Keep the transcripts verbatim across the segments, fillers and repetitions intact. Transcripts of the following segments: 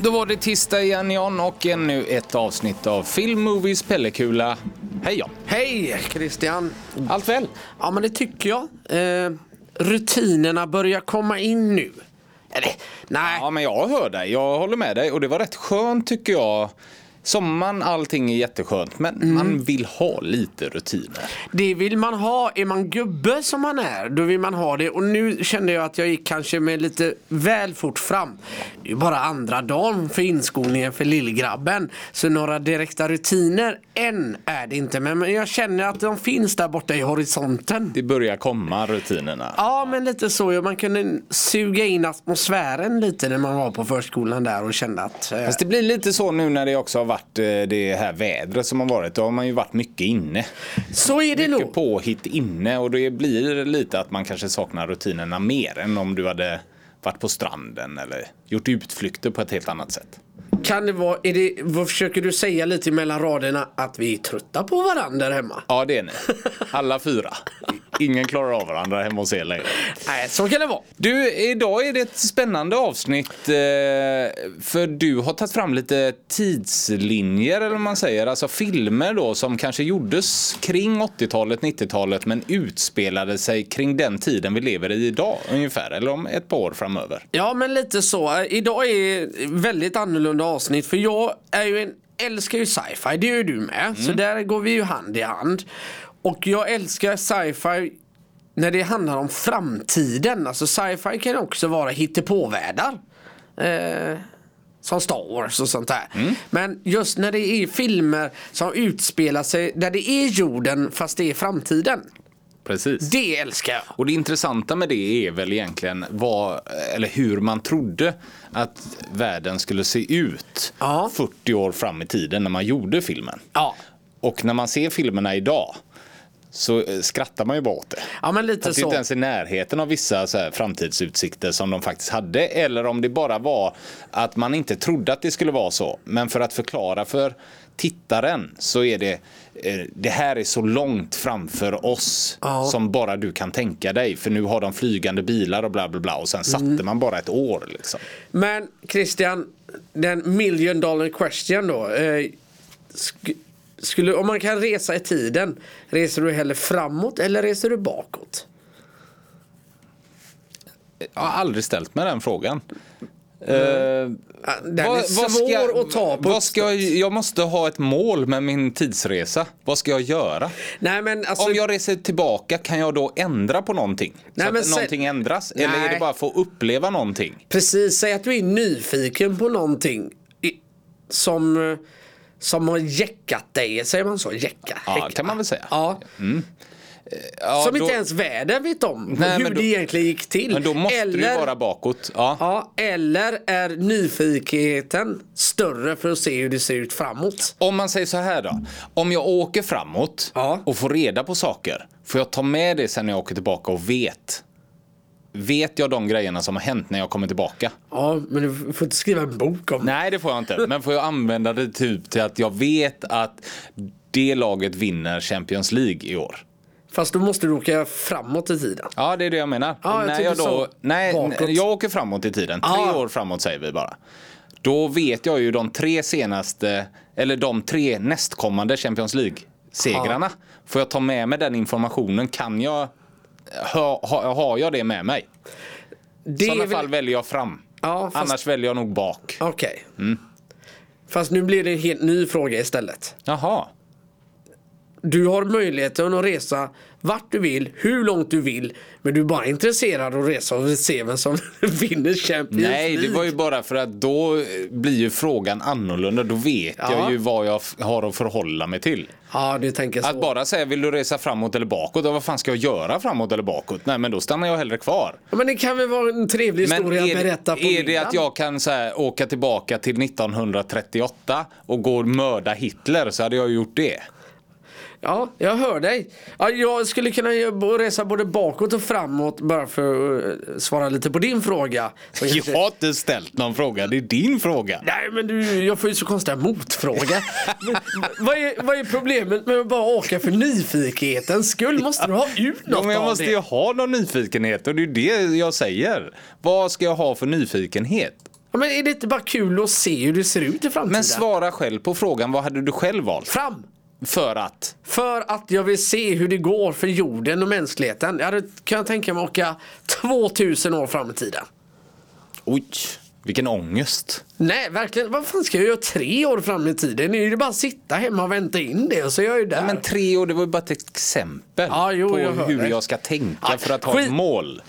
Då var det tisdag igen, Jan, och ännu ett avsnitt av Film Movies Pellekula. Hej Jan. Hej Christian. Allt väl? Ja, men det tycker jag. Eh, rutinerna börjar komma in nu. Eller, nej. Ja, men jag hör dig. Jag håller med dig. Och det var rätt skönt tycker jag. Sommaren, allting är jätteskönt. Men mm. man vill ha lite rutiner. Det vill man ha. Är man gubbe som man är, då vill man ha det. Och nu kände jag att jag gick kanske med lite väl fort fram. Det är ju bara andra dagen för inskolningen för lillgrabben. Så några direkta rutiner än är det inte. Men jag känner att de finns där borta i horisonten. Det börjar komma rutinerna. Ja, men lite så. Man kunde suga in atmosfären lite när man var på förskolan där och kände att... Eh... Fast det blir lite så nu när det också har varit det här vädret som har varit. Då har man ju varit mycket inne. Så är det mycket nog. Påhitt inne, och det blir lite att man kanske saknar rutinerna mer än om du hade varit på stranden eller gjort utflykter på ett helt annat sätt. Kan det vara, är det, vad försöker du säga lite mellan raderna, att vi är trötta på varandra där hemma? Ja, det är ni. Alla fyra. Ingen klarar av varandra hemma hos er längre. Nej, så kan det vara. Du, idag är det ett spännande avsnitt för du har tagit fram lite tidslinjer, eller vad man säger. Alltså filmer då som kanske gjordes kring åttiotalet, nittiotalet men utspelade sig kring den tiden vi lever i idag ungefär, eller om ett par år framöver. Ja, men lite så. Idag är väldigt annorlunda avsnitt, för jag är ju en, älskar ju sci-fi, det är ju du med. Mm. Så där går vi ju hand i hand. Och jag älskar sci-fi när det handlar om framtiden. Alltså sci-fi kan också vara hittepåvärldar. Eh, som Star Wars och sånt där. Mm. Men just när det är filmer som utspelar sig där det är jorden fast det är framtiden. Precis. Det älskar jag. Och det intressanta med det är väl egentligen vad, eller hur man trodde att världen skulle se ut ja. fyrtio år fram i tiden när man gjorde filmen. Ja. Och när man ser filmerna idag så skrattar man ju bara åt det. Ja, men lite att det så. inte ens i närheten av vissa så här framtidsutsikter som de faktiskt hade. Eller om det bara var att man inte trodde att det skulle vara så. Men för att förklara för tittaren så är det det här är så långt framför oss ja. som bara du kan tänka dig. För nu har de flygande bilar och bla bla bla. Och sen satte mm. man bara ett år liksom. Men Christian, den million dollar question då. Eh, sk- Skulle, om man kan resa i tiden, reser du hellre framåt eller reser du bakåt? Jag har aldrig ställt mig den frågan. Mm. Uh, den vad, är svår vad ska, att ta på. Vad ska jag, jag måste ha ett mål med min tidsresa. Vad ska jag göra? Nej, men alltså, om jag reser tillbaka, kan jag då ändra på någonting? Nej, så men att se, någonting ändras? nej. Eller är det bara för att uppleva någonting? Precis, säg att du är nyfiken på någonting i, som... Som har jäckat dig, säger man så? Jäcka, ja, häcka. Kan man väl säga. Ja. Mm. Ja, som då, inte ens väder vet om. nej, hur då, det egentligen gick till. Men då måste eller, du vara bakåt. Ja. Ja, eller är nyfikenheten större för att se hur det ser ut framåt? Om man säger så här då. Om jag åker framåt ja. och får reda på saker, får jag ta med det sen när jag åker tillbaka och vet. Vet jag de grejerna som har hänt när jag kommer tillbaka? Ja, men du får inte skriva en bok om. Nej, det får jag inte. Men får jag använda det typ till att jag vet att det laget vinner Champions League i år. Fast då måste du åka framåt i tiden. Ja, det är det jag menar. Ja, jag när jag då, nej, bakåt. Jag åker framåt i tiden. Tre ja. år framåt säger vi bara. Då vet jag ju de tre senaste, eller de tre nästkommande Champions League-segrarna. Ja. Får jag ta med mig den informationen? Kan jag... Ha, ha, har jag det med mig? I sådana väl... fall väljer jag fram. Ja, fast... Annars väljer jag nog bak. Okej. Okay. Mm. Fast nu blir det en helt ny fråga istället. Jaha. Du har möjligheten att resa vart du vill, hur långt du vill. Men du är bara intresserad av att resa och se vem som vinner Champions League. Nej, det var ju bara för att då blir ju frågan annorlunda. Då vet ja. jag ju vad jag har att förhålla mig till. Ja, du tänker så. Att bara säga, vill du resa framåt eller bakåt? Och vad fan ska jag göra framåt eller bakåt? Nej, men då stannar jag hellre kvar. Ja, men det kan väl vara en trevlig men historia är, att berätta på Är middagen? det att jag kan så här, åka tillbaka till nittonhundratrettioåtta och gå och mörda Hitler, så hade jag gjort det. Ja, jag hör dig. Ja, jag skulle kunna resa både bakåt och framåt bara för att svara lite på din fråga. Jag har inte ställt någon fråga, det är din fråga. Nej, men du, jag får ju så konstiga motfråga. vad, är, vad är problemet med att bara åka för nyfikenhetens skull? Måste du ha ut något ja, men jag av måste det? ju ha någon nyfikenhet, och det är det jag säger. Vad ska jag ha för nyfikenhet? Ja, men är det inte bara kul att se hur det ser ut i framtiden? Men svara själv på frågan, vad hade du själv valt? Fram! För att? För att jag vill se hur det går för jorden och mänskligheten. Jag hade kunnat tänka mig att åka tvåtusen år fram i tiden. Oj, vilken ångest. Nej, verkligen. Vad fan ska jag göra tre år fram i tiden? Nu är det bara att sitta hemma och vänta in det och så är jag ju där. Ja, men tre år, det var ju bara ett exempel ja, jo, på jag hur det. jag ska tänka ja, för att ha skit. ett mål.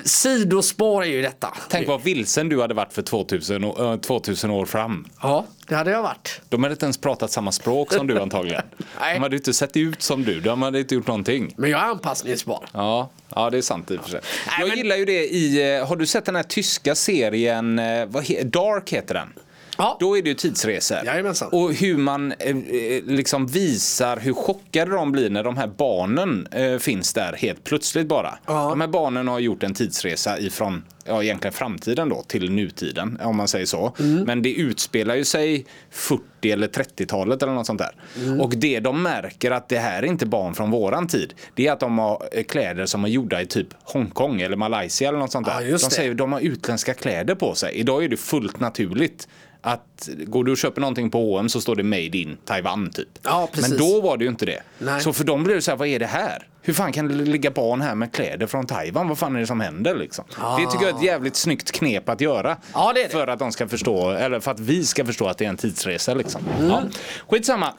Sidospår är ju detta. Tänk vad vilsen du hade varit för tvåtusen, äh, tvåtusen år fram. Ja, det hade jag varit. De hade inte ens pratat samma språk som du antagligen. Nej. De hade inte sett ut som du, de hade inte gjort någonting. Men jag är anpassningsbar. Ja, ja det är sant i och för sig. Nej, jag men... gillar ju det i, har du sett den här tyska serien, vad he, Dark heter den? Ja. Då är det ju tidsresor. Jajamensan. Och hur man eh, liksom visar hur chockade de blir när de här barnen eh, finns där helt plötsligt bara. Ja. De här barnen har gjort en tidsresa ifrån ja, egentligen framtiden då till nutiden, om man säger så. Mm. Men det utspelar ju sig fyrtio- eller trettiotalet eller något sånt där. Mm. Och det de märker att det här är inte barn från våran tid. Det är att de har kläder som är gjorda i typ Hongkong eller Malaysia eller något sånt där. Ja, just de det. säger att de har utländska kläder på sig. Idag är det fullt naturligt att går du och köper någonting på H och M så står det made in Taiwan typ. Ja, precis. Men då var det ju inte det. Nej. Så för dem blir det så här, vad är det här? Hur fan kan det ligga barn här med kläder från Taiwan? Vad fan är det som händer liksom? Ah. Det tycker jag är ett jävligt snyggt knep att göra. Ja, det är det. För att de ska förstå, eller för att vi ska förstå att det är en tidsresa liksom. Mm. Ja. Skitsamma.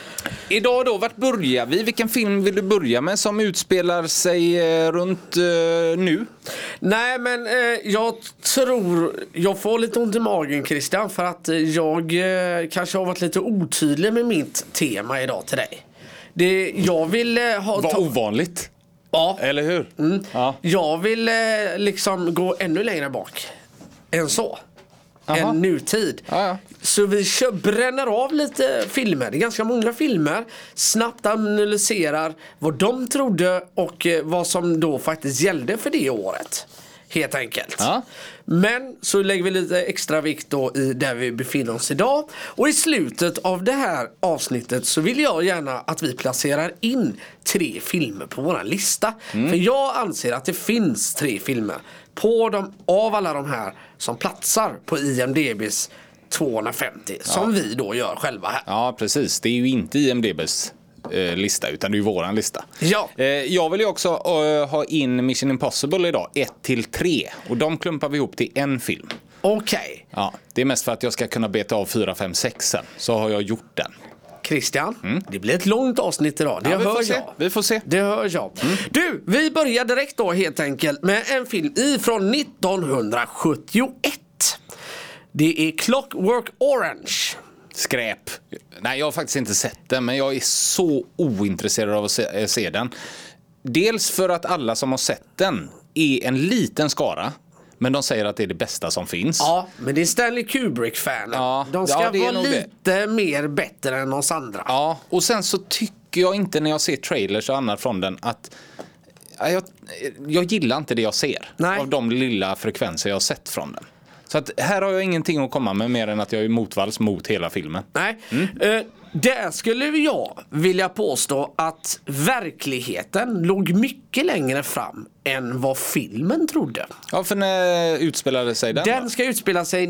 Idag då, vart börjar vi? Vilken film vill du börja med som utspelar sig eh, runt eh, nu? Nej, men eh, jag tror jag får lite ont i magen, Christian, för att jag eh, kanske har varit lite otydlig med mitt tema idag till dig. Det jag vill eh, ha... Vad ovanligt. Ja. Eller hur? Mm. Ja. Jag vill eh, liksom gå ännu längre bak än så. Aha. En nutid. Ja, ja. Så vi kör, bränner av lite filmer. Det är ganska många filmer. Snabbt analyserar vad de trodde och eh, vad som då faktiskt gällde för det året. Helt enkelt. Ja. Men så lägger vi lite extra vikt då i där vi befinner oss idag. Och i slutet av det här avsnittet så vill jag gärna att vi placerar in tre filmer på våran lista. Mm. För jag anser att det finns tre filmer på dem, av alla de här som platsar på I M D B:s tvåhundrafemtio. Ja. Som vi då gör själva här. Ja, precis. Det är ju inte I M D B:s eh, lista, utan det är ju våran lista. Ja. Eh, jag vill ju också uh, ha in Mission Impossible idag, ett till tre. Och de klumpar vi ihop till en film. Okej. Okay. Ja, det är mest för att jag ska kunna beta av fyra, fem, sex sen. Så har jag gjort den. Christian, mm. det blir ett långt avsnitt idag. Det ja, vi hör får se. jag. Vi får se. Det hör jag. Mm. Du, vi börjar direkt då helt enkelt med en film ifrån nittonhundrasjuttioett. Det är Clockwork Orange. Skräp. Nej, jag har faktiskt inte sett den, men jag är så ointresserad av att se, se den. Dels för att alla som har sett den är en liten skara. Men de säger att det är det bästa som finns. Ja, men det är Stanley Kubrick-fanen. Ja, de ska ja, vara lite det. mer bättre än oss andra. Ja, och sen så tycker jag inte när jag ser trailers och annat från den att ja, jag, jag gillar inte det jag ser. Nej. Av de lilla frekvenser jag har sett från den. Så att här har jag ingenting att komma med mer än att jag är motvalls mot hela filmen. Nej, mm. uh, där skulle jag vilja påstå att verkligheten låg mycket längre fram än vad filmen trodde. Ja, för när utspelade sig den? Den ska utspela sig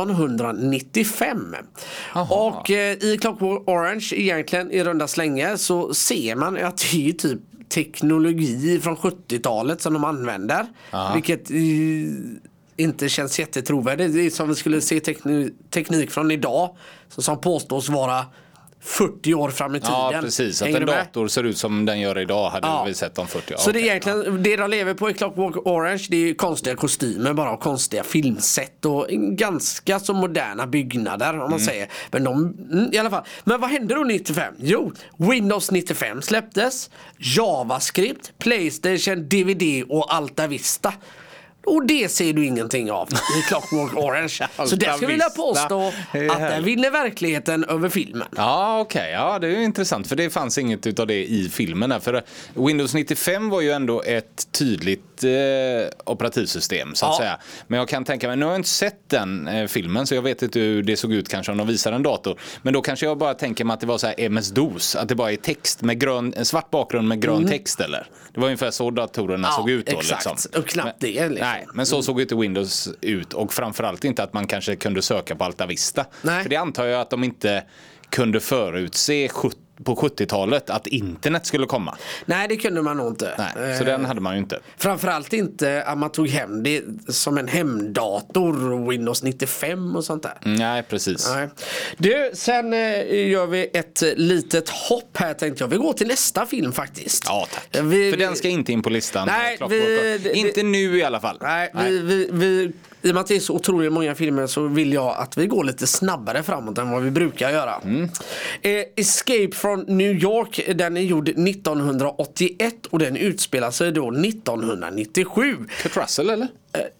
nittonhundranittiofem. Aha. Och uh, i Clockwork Orange egentligen i runda slängar så ser man att det är typ teknologi från sjuttiotalet som de använder. Aha. Vilket... Uh, inte känns jättetrovärdigt. Det är som vi skulle se teknik, teknik från idag som, som påstås vara fyrtio år fram i tiden. Ja, precis. Att en dator ser ut som den gör idag hade ja. vi sett om fyrtio år. Så okay. det är egentligen, ja. det de lever på i Clockwork Orange, det är konstiga kostymer bara och konstiga filmsätt och ganska så moderna byggnader om man mm. säger. Men de, i alla fall. Men vad hände då nittiofem? Jo, Windows nittiofem släpptes, JavaScript, PlayStation, D V D och Alta Vista. Och det ser du ingenting av i Clockwork Orange. Så det ska jag vilja påstå att den vinner verkligheten över filmen. Ja, okej. Okay. Ja, det är ju intressant. För det fanns inget utav det i filmen. Här. För Windows nittiofem var ju ändå ett tydligt nytt eh, operativsystem så att Ja. säga. Men jag kan tänka mig, nu har jag inte sett den eh, filmen så jag vet inte hur det såg ut kanske om de visar en dator. Men då kanske jag bara tänker mig att det var så här M S-DOS, att det bara är text med grön, en svart bakgrund med grön mm. text eller. Det var ungefär så datorerna ja, såg ut då exakt. Liksom. Och knappt det liksom. Nej, men så såg inte Windows ut och framförallt inte att man kanske kunde söka på Alta Vista. Nej. För det antar jag att de inte kunde förutse på sjuttiotalet att internet skulle komma. Nej, det kunde man nog inte. Nej, så den hade man ju inte. Framförallt inte att man tog hem det som en hemdator, Windows nittiofem och sånt där. Nej, precis. Nej. Du, sen eh, gör vi ett litet hopp här tänkte jag. Vi går till nästa film faktiskt. Ja, tack. Vi, För den ska inte in på listan. Nej, vi, det, inte nu i alla fall. Nej, nej. Vi, vi, vi, i och med att det är så otroligt många filmer så vill jag att vi går lite snabbare framåt än vad vi brukar göra. Mm. Eh, Escape from New York, den är gjord nittonhundraåttioett och den utspelar sig då nittonhundranittiosju. Kurt Russell eller?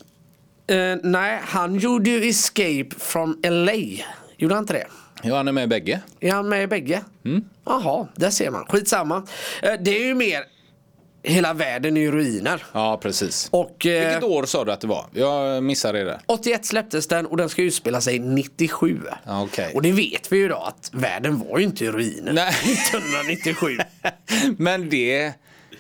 Eh, eh, nej, han gjorde ju Escape from L A. Gjorde han inte det? Ja, han är med i bägge. Är han med i bägge? Mm. Jaha, där ser man. Skitsamma. Eh, det är ju mer hela världen är ju ruiner. Ja, precis. Och, eh, vilket år sa du att det var? Jag missade det där. åttioett släpptes den och den ska utspela sig nittiosju. Okay. Och det vet vi ju då att världen var ju inte i ruiner. Nej. nittonhundranittiosju. Men det...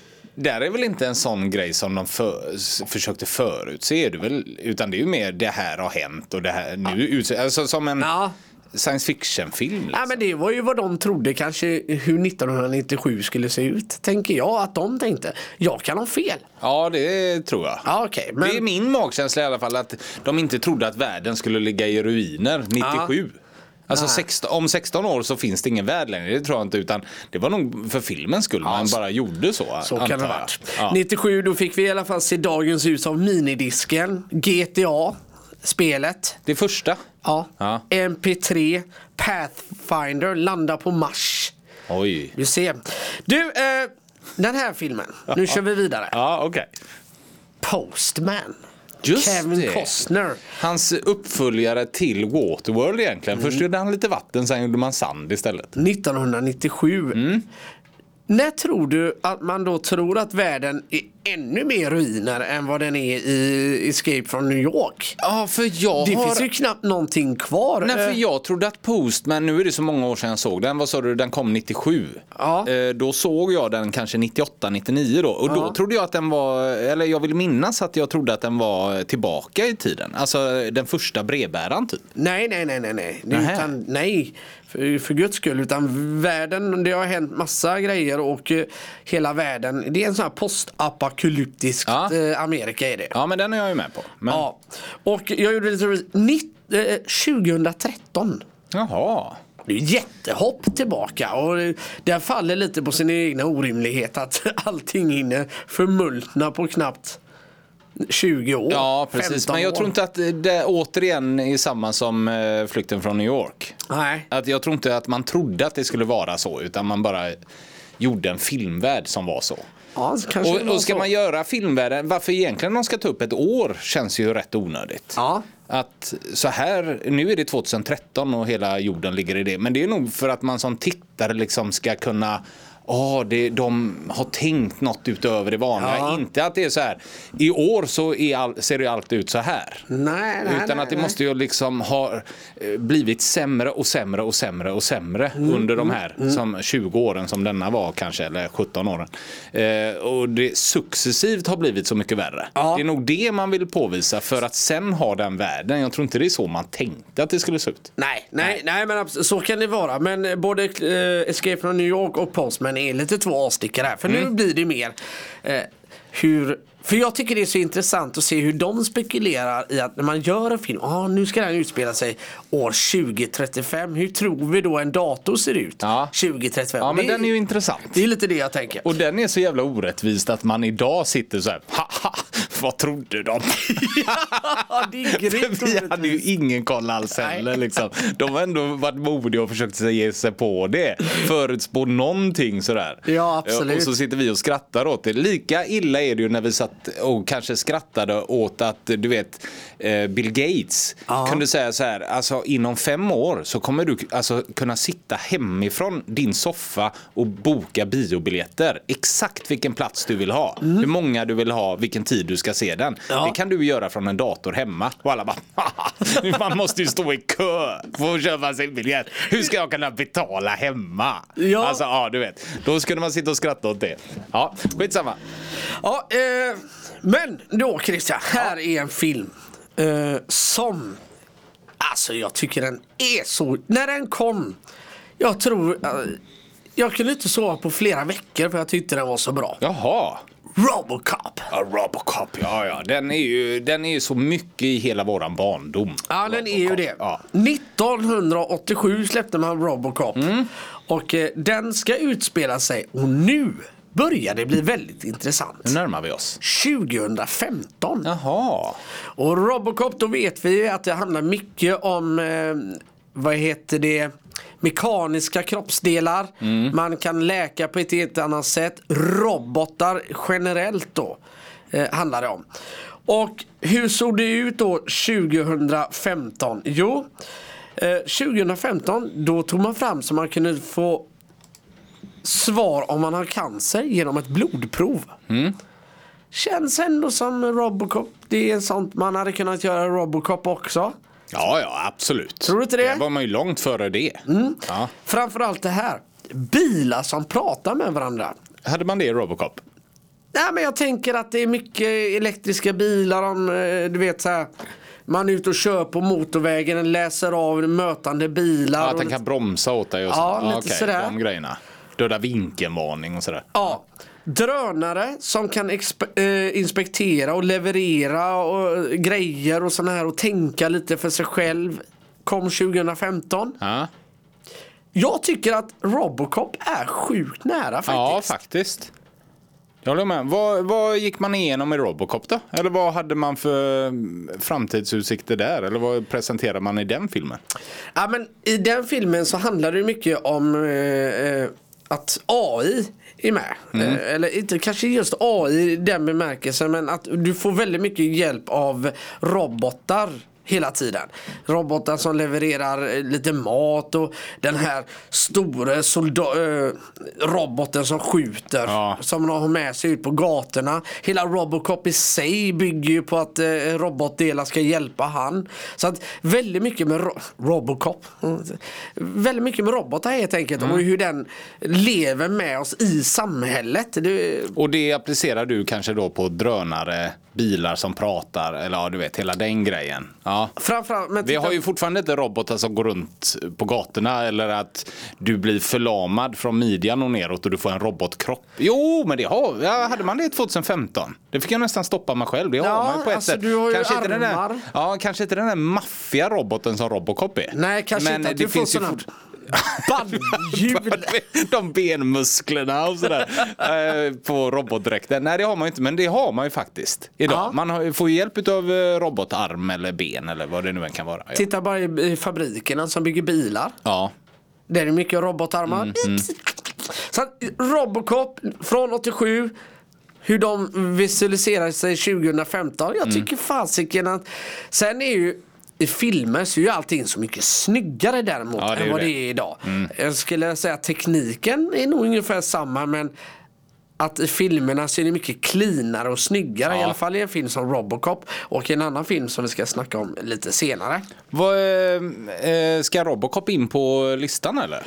Där är väl inte en sån grej som de för, försökte förutse, det väl, utan det är ju mer det här har hänt och det här nu ja. Alltså som en ja. science fiction-film. Liksom. Ja, men det var ju vad de trodde kanske hur nittonhundranittiosju skulle se ut, tänker jag att de tänkte. Jag kan ha fel. Ja, det tror jag. Ja, okay, men... Det är min magkänsla i alla fall att de inte trodde att världen skulle ligga i ruiner nittiosju. Ja. Alltså sexton, om sexton år så finns det ingen värld längre, det tror jag inte, utan det var nog för filmens skull ja, man bara gjorde så. Så kan det ha varit. Ja. nittiosju då fick vi i alla fall se dagens ljus av minidisken, G T A-spelet. Det första? Ja. ja. M P tre, Pathfinder, Landa på Mars. Oj. Du ser. Du, eh, den här filmen, nu kör vi vidare. Ja, okej. Okay. Postman. Just Kevin det. Costner. Hans uppföljare till Waterworld egentligen. Mm. Först gjorde han lite vatten, sen gjorde man sand istället. nittonhundranittiosju. Mm. När tror du att man då tror att världen är ännu mer ruiner än vad den är i Escape from New York? Ja, för jag Det har... finns ju knappt någonting kvar. Nej, för jag trodde att Postman, nu är det så många år sedan jag såg den, vad sa du, den kom nittiosju. Ja. Eh, då såg jag den kanske nittioåtta nittionio då. Och ja. då trodde jag att den var, eller jag vill minnas att jag trodde att den var tillbaka i tiden. Alltså den första brevbäraren typ. Nej, nej, nej, nej, nej. Utan, nej. För, för guds skull, utan världen, det har hänt massa grejer och uh, hela världen, det är en sån här postapokalyptisk ja. uh, Amerika är det. Ja, men den är jag ju med på. Men... Ja, och jag gjorde lite nitt, uh, tjugohundratretton. Jaha. Det är jättehopp tillbaka och det faller lite på sin egna orimlighet att allting hinner förmultna på knappt tjugo år. Ja, precis. Men jag tror inte att det återigen är samma som eh, Flykten från New York. Nej. Att jag tror inte att man trodde att det skulle vara så, utan man bara gjorde en filmvärld som var så. Ja, kanske och, och ska så. Man göra filmvärlden, varför egentligen de ska ta upp ett år känns ju rätt onödigt. Ja. Att så här, nu är det tjugohundratretton och hela jorden ligger i det. Men det är nog för att man som tittare liksom ska kunna... Ja, oh, de har tänkt något utöver det vanliga. Ja. Inte att det är så här. I år så är all, ser det allt ut så här. Nej, nej, Utan nej, att det nej. måste ju liksom ha blivit sämre och sämre och sämre och sämre mm, under de här mm, som tjugo åren som denna var kanske, eller sjutton åren. Eh, och det successivt har blivit så mycket värre. Ja. Det är nog det man vill påvisa för att sen ha den världen. Jag tror inte det är så man tänkte att det skulle se ut. Nej, nej, nej, men så kan det vara. Men både eh, Escape from New York och Postman är lite två avstickare här. För mm. nu blir det mer eh, hur... För jag tycker det är så intressant att se hur de spekulerar i att när man gör en film, ah, nu ska den utspela sig år tjugo trettiofem. Hur tror vi då en dator ser ut? Ja. tjugo trettiofem. Ja, men det, den är ju intressant. Det är lite det jag tänker. Och den är så jävla orättvist att man idag sitter så här, haha, vad trodde de? Ja, det är grymt. Vi hade ju ingen koll alls heller liksom. De har ändå varit modiga och försökt ge sig på det. Förutspå någonting sådär. Ja, absolut. Och så sitter vi och skrattar åt det. Lika illa är det ju när vi satt att, och kanske skrattade åt att, du vet, Bill Gates ja. kunde säga så här, alltså inom fem år så kommer du alltså kunna sitta hemifrån din soffa och boka biobiljetter. Exakt vilken plats du vill ha. Mm. Hur många du vill ha, vilken tid du ska se den. Ja. Det kan du göra från en dator hemma. Och alla bara, man måste ju stå i kö för att köpa sin biljett. Hur ska jag kunna betala hemma? Ja. Alltså, ja, du vet. Då skulle man sitta och skratta åt det. Ja, skitsamma. Ja, eh, men då Christian, här ja. är en film eh, som, alltså jag tycker den är så, när den kom, jag tror, eh, jag kunde inte sova på flera veckor för jag tyckte den var så bra. Jaha. Robocop. Ja, Robocop, ja, ja. Den är ju, den är ju så mycket i hela våran barndom. Ja, Robocop. Den är ju det. Ja. nittonhundraåttiosju släppte man Robocop. Mm. Och eh, den ska utspela sig. Och nu börjar det bli väldigt intressant. Nu närmar vi oss. tjugohundrafemton. Jaha. Och Robocop, då vet vi ju att det handlar mycket om, eh, vad heter det... mekaniska kroppsdelar. Mm. Man kan läka på ett helt annat sätt. Robotar generellt då eh, handlar det om. Och hur såg det ut då tjugohundrafemton? Jo, eh, tjugohundrafemton då tog man fram så man kunde få svar om man har cancer genom ett blodprov. Mm. Känns ändå som Robocop. Det är sånt man hade kunnat göra Robocop också. Ja, ja, absolut. Tror du inte det? Det var man ju långt före det. Mm. Ja. Framförallt det här. Bilar som pratar med varandra. Hade man det i Robocop? Nej, men jag tänker att det är mycket elektriska bilar. Om, du vet så här, man är ute och kör på motorvägen, läser av mötande bilar. Ja, att den kan bromsa åt dig och så. Ja, lite okej, sådär. De grejerna. Döda vinkelvarning och sådär. Ja. Drönare som kan expe- äh, inspektera och leverera och grejer och såna här och tänka lite för sig själv kom tjugohundrafemton. Ja. Jag tycker att Robocop är sjukt nära faktiskt. Ja, faktiskt. Jag håller med. Vad, vad gick man igenom i Robocop då? Eller vad hade man för framtidsutsikter där? Eller vad presenterar man i den filmen? Ja, men i den filmen så handlar det mycket om eh, att A I är med. Mm. Eller inte kanske just A I i den bemärkelsen, men att du får väldigt mycket hjälp av robotar hela tiden. Robotar som levererar lite mat och den här stora solda- äh, roboten som skjuter, ja. Som de har med sig ut på gatorna. Hela Robocop i sig bygger ju på att äh, robotdelar ska hjälpa han. Så att väldigt mycket med ro- Robocop väldigt mycket med robotar helt enkelt. Mm. Och hur den lever med oss i samhället. Det... Och det applicerar du kanske då på drönare, bilar som pratar, eller ja, du vet, hela den grejen. Ja. Framförallt, men vi har ju fortfarande inte robotar som går runt på gatorna, eller att du blir förlamad från midjan och neråt och du får en robotkropp. Jo, men det har, ja, hade man det tjugohundrafemton. Det fick jag nästan stoppa mig själv. Det har ja, man på ett alltså, sätt. Du har ju kanske armar. Inte den där, ja, kanske inte den där maffiga roboten som Robocop är. Nej, kanske men inte. Att det du finns får ju fort... bandhjul. De benmusklerna och sådär eh, på robotdräkten. Nej, det har man ju inte, men det har man ju faktiskt idag. Ja. Man har, får ju hjälp av robotarm eller ben eller vad det nu än kan vara. Ja. Titta bara i fabrikerna som bygger bilar. Ja. Där är det mycket robotarmar. Mm, mm. Så att Robocop från åttiosju, hur de visualiserar sig tjugohundrafemton. Jag tycker mm. fasiken att sen är ju i filmer så är ju allting så mycket snyggare däremot ja, än vad det. det är idag. Mm. Jag skulle säga att tekniken är nog ungefär samma, men att i filmerna så är det mycket cleanare och snyggare. Ja. I alla fall i en film som Robocop och en annan film som vi ska snacka om lite senare. Vad, äh, ska Robocop in på listan eller?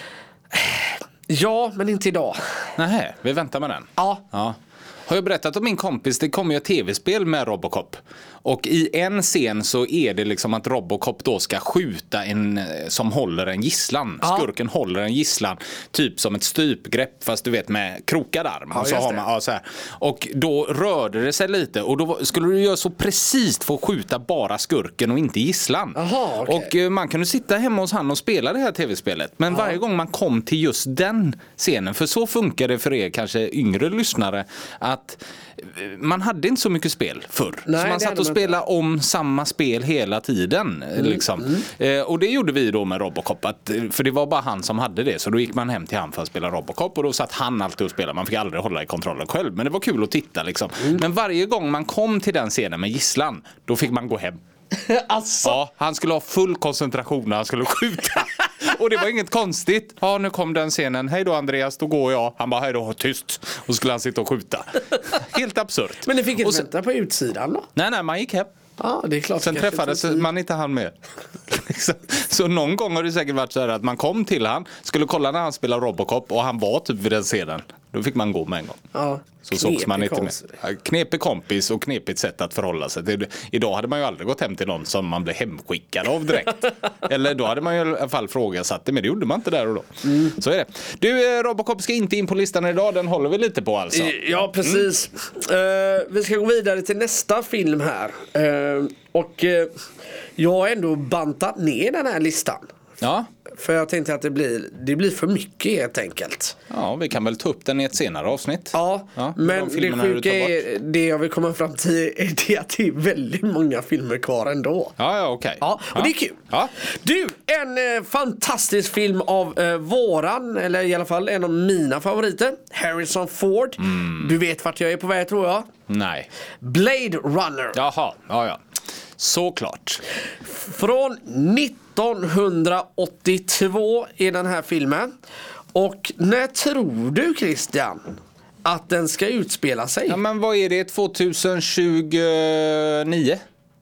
Ja, men inte idag. Nej, vi väntar med den. Ja. Ja. Har jag berättat om min kompis, det kommer ju ett tv-spel med Robocop. Och i en scen så är det liksom att Robocop då ska skjuta en som håller en gisslan. Ja. Skurken håller en gisslan, typ som ett strypgrepp, fast du vet med krokad arm. Ja, och, så har man, ja, så här. Och då rörde det sig lite och då skulle du göra så precis för att skjuta bara skurken och inte gisslan. Aha, okay. Och uh, man kunde sitta hemma hos han och spela det här tv-spelet. Men ja. varje gång man kom till just den scenen, för så funkar det för er kanske yngre lyssnare, att man hade inte så mycket spel förr. Nej, så man satt och spelade om samma spel hela tiden. Mm. Liksom. Mm. Eh, och det gjorde vi då med Robocop. Att, för det var bara han som hade det. Så då gick man hem till han för att spela Robocop. Och då satt han alltid och spelade. Man fick aldrig hålla i kontrollen själv. Men det var kul att titta liksom. Mm. Men varje gång man kom till den scenen med gisslan, då fick man gå hem. Alltså. Ja, han skulle ha full koncentration när han skulle skjuta. Och det var inget konstigt. Ja, nu kom den scenen. Hej då Andreas, då går jag. Han bara, hej då, tyst. Och skulle han sitta och skjuta. Helt absurt. Men det fick inte sen, vänta på utsidan då? Nej, nej, man gick hem. Ja, det är klart. Sen träffades man inte han med. Så någon gång har det säkert varit så här att man kom till han, skulle kolla när han spelar Robocop och han var typ vid den scenen. Då fick man gå med en gång. Ja, så sågs man inte med. Knepig kompis och knepigt sätt att förhålla sig till. Idag hade man ju aldrig gått hem till någon som man blev hemskickad av direkt. Eller då hade man ju i alla fall frågasatt det, men det gjorde man inte där och då. Mm. Så är det. Du, Robocop ska inte in på listan idag, den håller vi lite på alltså. Ja, precis. Mm. Uh, vi ska gå vidare till nästa film här. Uh, och uh, jag har ändå bantat ner den här listan. Ja. För jag tänkte att det blir, det blir för mycket helt enkelt. Ja, vi kan väl ta upp den i ett senare avsnitt. Ja, ja men de det sjuka är, det jag vill komma fram till är det att det är väldigt många filmer kvar ändå. Ja, ja, okej. Okay. Ja, och ja. det är kul. Ja. Du, en eh, fantastisk film av eh, våran, eller i alla fall en av mina favoriter, Harrison Ford. Mm. Du vet vart jag är på väg, tror jag. Nej. Blade Runner. Jaha, ja, ja. Såklart. Från nittonhundraåttiotvå är den här filmen. Och när tror du, Christian, att den ska utspela sig? Ja, men vad är det? tjugohundratjugonio?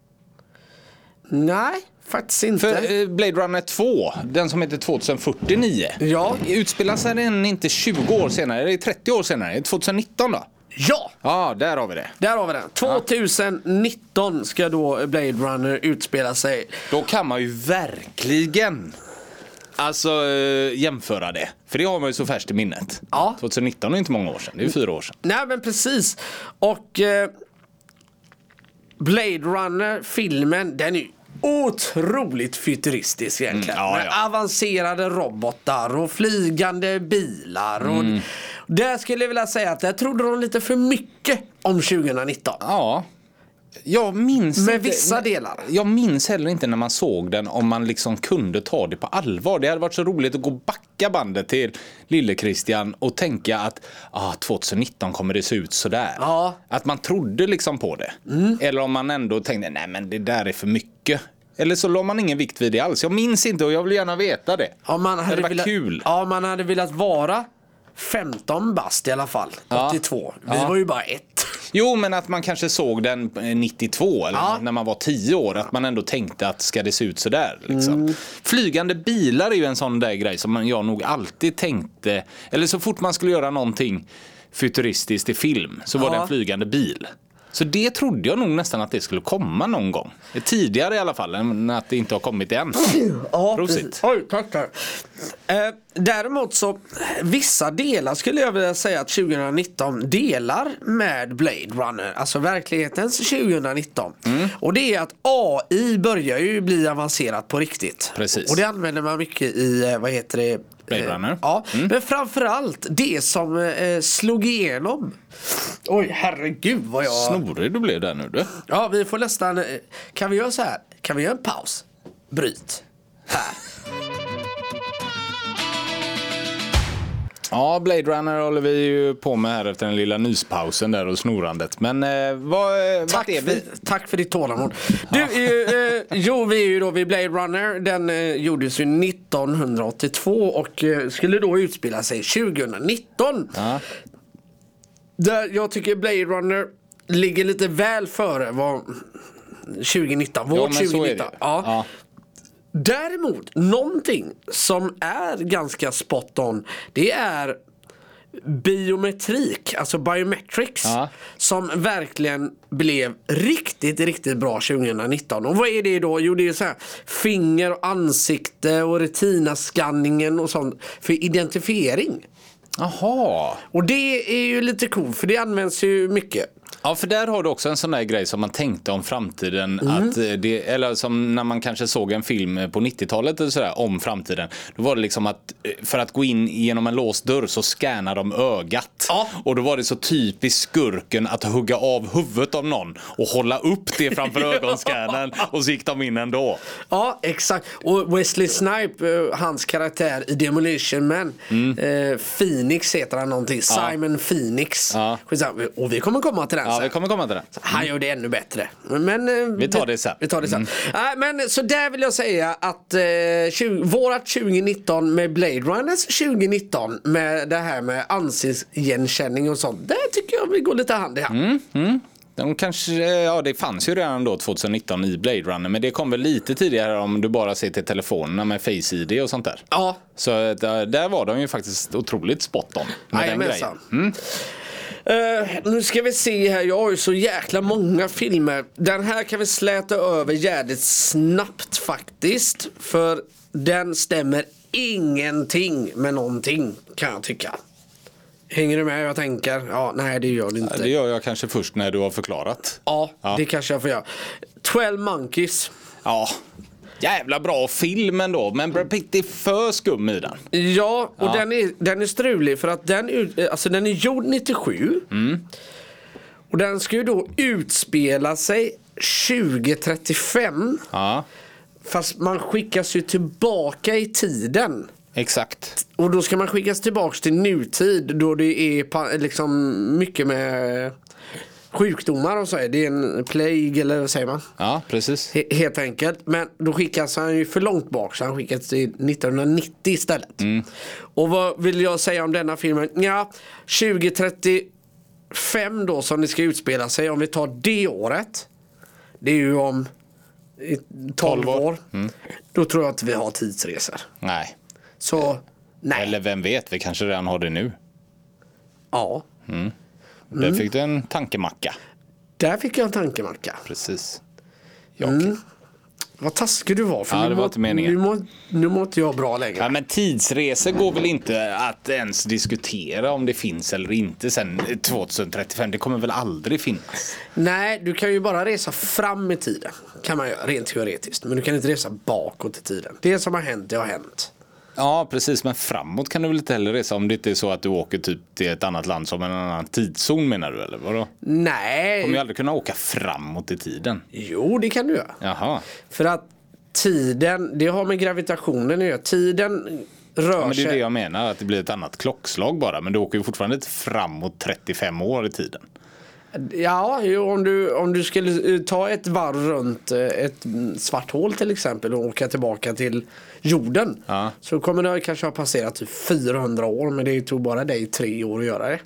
Nej, faktiskt inte. För eh, Blade Runner två, den som heter tjugohundrafyrtionio. Ja. Utspelar sig den inte tjugo år senare, det är trettio år senare. Det är tjugonitton då? Ja! Ja, där har vi det. Där har vi den. tjugonitton ska då Blade Runner utspela sig. Då kan man ju verkligen alltså äh, jämföra det. För det har man ju så färskt i minnet. Ja. tjugonitton är inte många år sedan, det är fyra år sedan. Nej, men precis. Och eh, Blade Runner-filmen, den är otroligt futuristisk egentligen. Mm, ja, ja. Med avancerade robotar och flygande bilar. Och mm. där skulle jag vilja säga att jag trodde de lite för mycket om tjugonitton. Ja. Jag minns med inte, vissa delar. Jag minns heller inte när man såg den om man liksom kunde ta det på allvar. Det hade varit så roligt att gå backa bandet till lille Christian och tänka att ah, tjugonitton kommer det se ut sådär. Ja. Att man trodde liksom på det. Mm. Eller om man ändå tänkte, nej men det där är för mycket. Eller så la man ingen vikt vid det alls. Jag minns inte och jag vill gärna veta det. Ja, man hade det var velat, kul. Ja, man hade velat vara femton bast i alla fall. Ja. åttiotvå. Vi ja. var ju bara ett. Jo, men att man kanske såg den nittiotvå eller ja. när man var tio år. Att man ändå tänkte att ska det se ut sådär liksom. Mm. Flygande bilar är ju en sån där grej som jag nog alltid tänkte. Eller så fort man skulle göra någonting futuristiskt i film så var ja. det en flygande bil. Så det trodde jag nog nästan att det skulle komma någon gång. Tidigare i alla fall, än att det inte har kommit än. Ja, precis. Oj, tackar. Eh, däremot så, vissa delar skulle jag vilja säga att tjugonitton delar med Blade Runner. Alltså verklighetens tjugonitton. Mm. Och det är att A I börjar ju bli avancerat på riktigt. Precis. Och det använder man mycket i, vad heter det? Blade Runner. Ja, mm. men framförallt det som eh, slog igenom. Oj, herregud vad jag... Snorig du blev där nu, du. Ja, vi får nästan... Kan vi göra så här? Kan vi göra en paus? Bryt. Här. Ja, Blade Runner håller vi ju på med här efter den lilla nyspausen där och snorandet. Men eh, vad, tack, vad är vi? För, tack för ditt tålamod. Du, ja. eh, jo, vi är ju då vid Blade Runner. Den eh, gjordes ju nittonhundraåttiotvå och eh, skulle då utspela sig tjugonitton. Ja. Där jag tycker Blade Runner ligger lite väl före vad tjugonitton. Vårt ja, tjugonitton. Ja. Ja. Däremot, någonting som är ganska spot on, det är biometrik, alltså biometrics, ja. som verkligen blev riktigt, riktigt bra tjugonitton. Och vad är det då? Jo, det är så här finger och ansikte och retinaskanningen och sånt för identifiering. Aha. Och det är ju lite coolt, för det används ju mycket. Ja, för där har du också en sån där grej som man tänkte om framtiden. Mm. Att det, eller som när man kanske såg en film på nittiotalet eller sådär, om framtiden. Då var det liksom att för att gå in genom en låst dörr så scannar de ögat. Ja. Och då var det så typiskt skurken att hugga av huvudet av någon och hålla upp det framför ögonscannen. Och så gick de in ändå. Ja, exakt. Och Wesley Snipe, hans karaktär i Demolition Man, mm. eh, Phoenix heter han någonting. Ja. Simon Phoenix. Ja. Och vi kommer komma till den. Ja, vi kommer komma till det. Mm. Han gör det ännu bättre. Men, vi tar det sen. Vi tar det sen. Mm. Äh, men så där vill jag säga att eh, tjugo, vårat tjugonitton med Blade Runners tjugonitton med det här med ansiktsigenkänning och sånt. Det tycker jag vi går lite hand i hand. Mm. Mm. De kanske, ja, det fanns ju redan då tjugonitton i Blade Runner, men det kom väl lite tidigare om du bara ser till telefonerna med Face I D och sånt där. Ja. Så där, där var de ju faktiskt otroligt spot on med den grejen. Mm. Uh, nu ska vi se här, jag har ju så jäkla många filmer. Den här kan vi släta över jävligt snabbt faktiskt. För den stämmer ingenting med någonting, kan jag tycka. Hänger du med? Jag tänker, ja, nej det gör det inte. Ja, det gör jag kanske först när du har förklarat. Ja, ja. Det kanske jag får göra. twelve Monkeys. Ja, jävla bra film ändå, men Brad Pitt är för skum i den. Ja, och ja. Den, är, den är strulig för att den, alltså den är gjord nittiosju. Mm. Och den ska ju då utspela sig tjugo trettiofem. Ja. Fast man skickas ju tillbaka i tiden. Exakt. Och då ska man skickas tillbaka till nutid då det är liksom mycket med sjukdomar och så är det en plague eller vad säger man? Ja, precis. He- helt enkelt. Men då skickas han ju för långt bak så han skickas till nittonhundranittio istället. Mm. Och vad vill jag säga om denna filmen? Ja, tjugo trettiofem då som det ska utspela sig, om vi tar det året. Det är ju om tolv år. Mm. Då tror jag att vi har tidsresor. Nej. Så, nej. Eller vem vet, vi kanske redan har det nu. Ja. Mm. Där mm. fick du en tankemacka. Där fick jag en tankemacka. Precis. Mm. Vad taskig du var. För ja, nu, det var må, inte meningen. Nu, må, nu må inte jag bra längre. Ja, men tidsresor går väl inte att ens diskutera om det finns eller inte sen tjugohundratrettiofem. Det kommer väl aldrig finnas. Nej, du kan ju bara resa fram i tiden. Kan man göra, rent teoretiskt. Men du kan inte resa bakåt i tiden. Det som har hänt, det har hänt. Ja, precis, men framåt kan du väl inte heller resa om det inte är så att du åker typ till ett annat land som en annan tidszon, menar du, eller vadå? Nej. Du kommer ju aldrig kunna åka framåt i tiden. Jo, det kan du göra. Jaha. För att tiden, det har med gravitationen att göra. Tiden rör sig. Ja, men det är det jag menar, att det blir ett annat klockslag bara. Men du åker ju fortfarande inte framåt trettiofem år i tiden. Ja, om du, om du skulle ta ett varv runt ett svart hål till exempel och åka tillbaka till jorden, ja. Så kommer det kanske ha passerat typ fyrahundra år, men det tog bara dig tre år att göra det.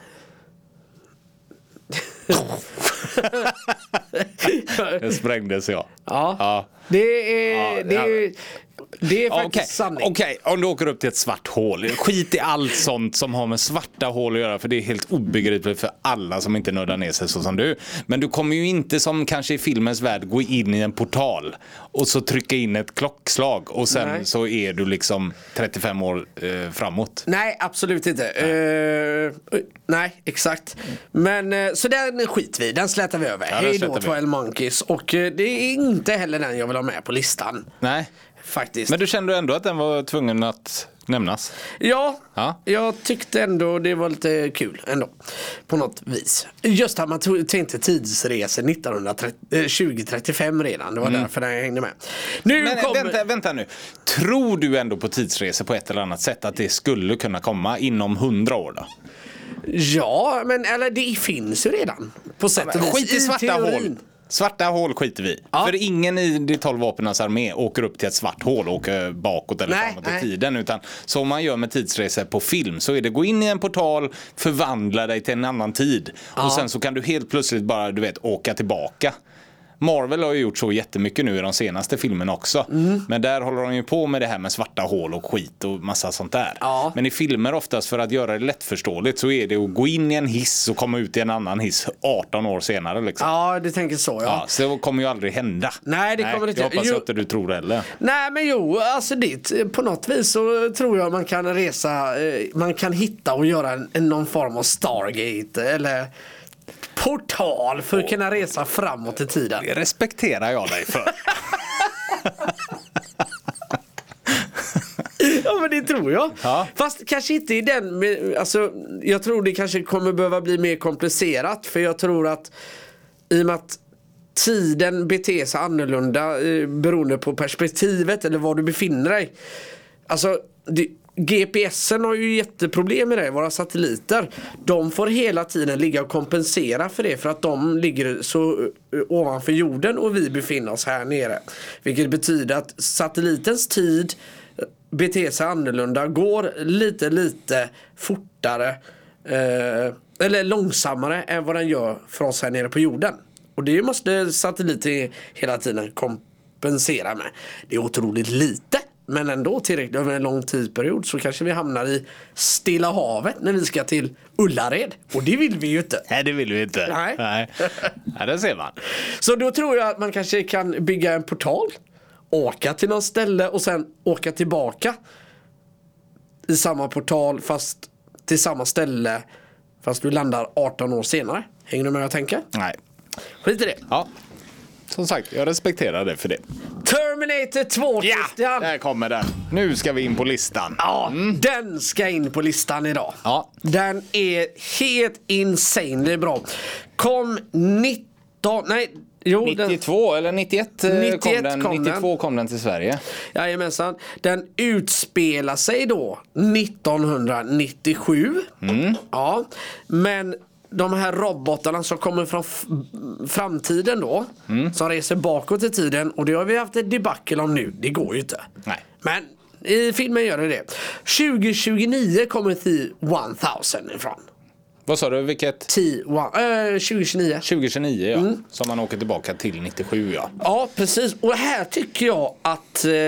Det sprängdes, ja. Ja, ja. Det är, ja, det är, det är faktiskt okay. sanning. Okej, okay. Om du åker upp till ett svart hål, skit i allt sånt som har med svarta hål att göra, för det är helt obegripligt för alla som inte nördar ner sig så som du. Men du kommer ju inte, som kanske i filmens värld, gå in i en portal och så trycka in ett klockslag och sen nej. Så är du liksom trettiofem år eh, framåt. Nej, absolut inte. Nej, uh, nej exakt. Men uh, så den skit vi, den slätar vi över. Ja, hej då, twelve Monkeys. Och uh, det är inte heller den jag vill ha med på listan. Nej. Faktiskt. Men du kände ändå att den var tvungen att nämnas? Ja, ja, jag tyckte ändå det var lite kul ändå. På något vis. Just att man tog, tänkte tidsresor tjugo trettiofem redan. Det var mm. därför jag hängde med. Nu Men kom... vänta, vänta nu. Tror du ändå på tidsresor på ett eller annat sätt? Att det skulle kunna komma inom hundra år då? Ja, men eller det finns ju redan. På sätt och vis. Skit i svarta hål. Svarta hål skiter vi. Ja. För ingen i de tolv vapenas armé åker upp till ett svart hål och åker bakåt eller nej, framåt i tiden. Utan som man gör med tidsresor på film så är det gå in i en portal, förvandla dig till en annan tid. Ja. Och sen så kan du helt plötsligt bara, du vet, åka tillbaka. Marvel har ju gjort så jättemycket nu i de senaste filmerna också. Mm. Men där håller de ju på med det här med svarta hål och skit och massa sånt där. Ja. Men i filmer oftast, för att göra det lättförståeligt, så är det att gå in i en hiss och komma ut i en annan hiss arton år senare liksom. Ja, det tänker så, ja. ja så det kommer ju aldrig hända. Nej, det kommer Nej, inte. Jag hoppas jo. Att du tror det heller. Nej, men jo, alltså det, på något vis så tror jag man kan resa, man kan hitta och göra en, en någon form av Stargate eller portal för att kunna resa framåt i tiden. Det respekterar jag dig för. Ja, men det tror jag. Ja. Fast kanske inte i den med, alltså, jag tror det kanske kommer behöva bli mer komplicerat. För jag tror att i och med att tiden beter sig annorlunda eh, beroende på perspektivet eller var du befinner dig. Alltså det, G P S'en har ju jätteproblem med det, våra satelliter. De får hela tiden ligga och kompensera för det, för att de ligger så uh, ovanför jorden och vi befinner oss här nere. Vilket betyder att satellitens tid beter sig annorlunda, går lite lite fortare uh, eller långsammare än vad den gör för oss här nere på jorden. Och det måste satelliter hela tiden kompensera med. Det är otroligt lite, men ändå tillräckligt över en lång tidsperiod, så kanske vi hamnar i Stilla havet när vi ska till Ullared. Och det vill vi ju inte. Nej, det vill vi inte. Nej. Nej. Ja, det ser man. Så då tror jag att man kanske kan bygga en portal, åka till något ställe och sen åka tillbaka i samma portal fast till samma ställe fast du landar arton år senare. Hänger du med vad jag tänker? Nej. Skit i det. Ja. Som sagt, jag respekterar det för det. Terminator två, Ja, Christian. där kommer den. Nu ska vi in på listan. Ja, mm. Den ska in på listan idag. Ja. Den är helt insanely bra. Kom nitton... Nej, jo, nittiotvå den, eller nittioett, nittioett kom den. kom nittiotvå den. kom den till Sverige. Jajamensan. Den utspelar sig då nittonhundranittiosju. Mm. Ja, men de här robotarna som kommer från f- framtiden då, mm. som reser bakåt i tiden, och det har vi haft ett debacle om nu. Det går ju inte. Nej. Men i filmen gör det det. tjugo tjugonio kommer T tusen ifrån. Vad sa du, vilket? T äh, tjugo tjugonio. tjugo tjugonio, ja. Mm. Som man åker tillbaka till nittiosju, ja. Ja, precis. Och här tycker jag att eh,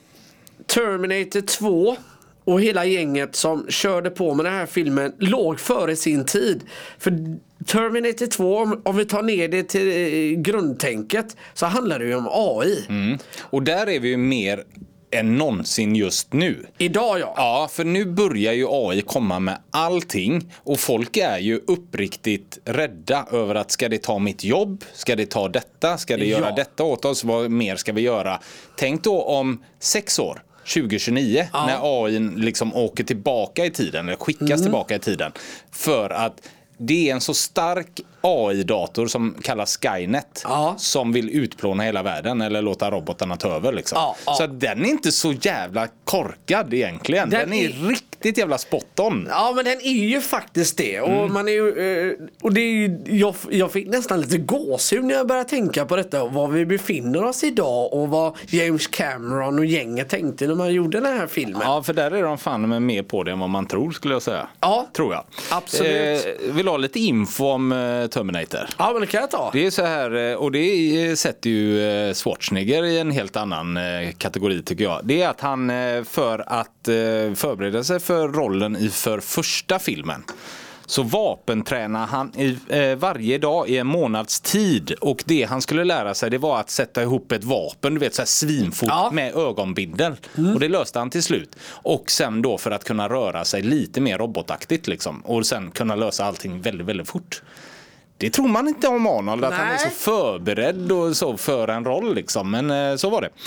Terminator två och hela gänget som körde på med den här filmen låg före sin tid. För Terminator två, om, om vi tar ner det till eh, grundtänket, så handlar det ju om A I. Mm. Och där är vi ju mer än någonsin just nu. Idag, ja. Ja, för nu börjar ju A I komma med allting. Och folk är ju uppriktigt rädda över att ska det ta mitt jobb? Ska det ta detta? Ska det göra Ja. detta åt oss? Vad mer ska vi göra? Tänk då om sex år. tjugo tjugonio, ja. När A I liksom åker tillbaka i tiden eller skickas mm. tillbaka i tiden, för att det är en så stark A I-dator som kallas Skynet, ja. Som vill utplåna hela världen eller låta robotarna ta över liksom. Ja, ja. Så den är inte så jävla korkad egentligen. Den, den är, är riktigt jävla spot on. Ja, men den är ju faktiskt det. Och mm. man är ju, och det är ju, jag, jag fick nästan lite gåshud när jag började tänka på detta, var vi befinner oss idag och vad James Cameron och gänget tänkte när man gjorde den här filmen. Ja, för där är de fan med mer på det än vad man tror, skulle jag säga. Ja, tror jag. Absolut. Eh, vill ha lite info om eh, Terminator. Ja, men det kan jag ta. Det är så här, och det sätter ju Schwarzenegger i en helt annan kategori tycker jag. Det är att han, för att förbereda sig för rollen i för första filmen, så vapentränar han i, eh, varje dag i en månads tid. Och det han skulle lära sig, det var att sätta ihop ett vapen, du vet, så här svinfort, ja. Med ögonbindel. Mm. Och det löste han till slut. Och sen då för att kunna röra sig lite mer robotaktigt liksom. Och sen kunna lösa allting väldigt, väldigt fort. Det tror man inte om Arnold, att Nej. Han är så förberedd och så för en roll liksom. Men eh, så var det.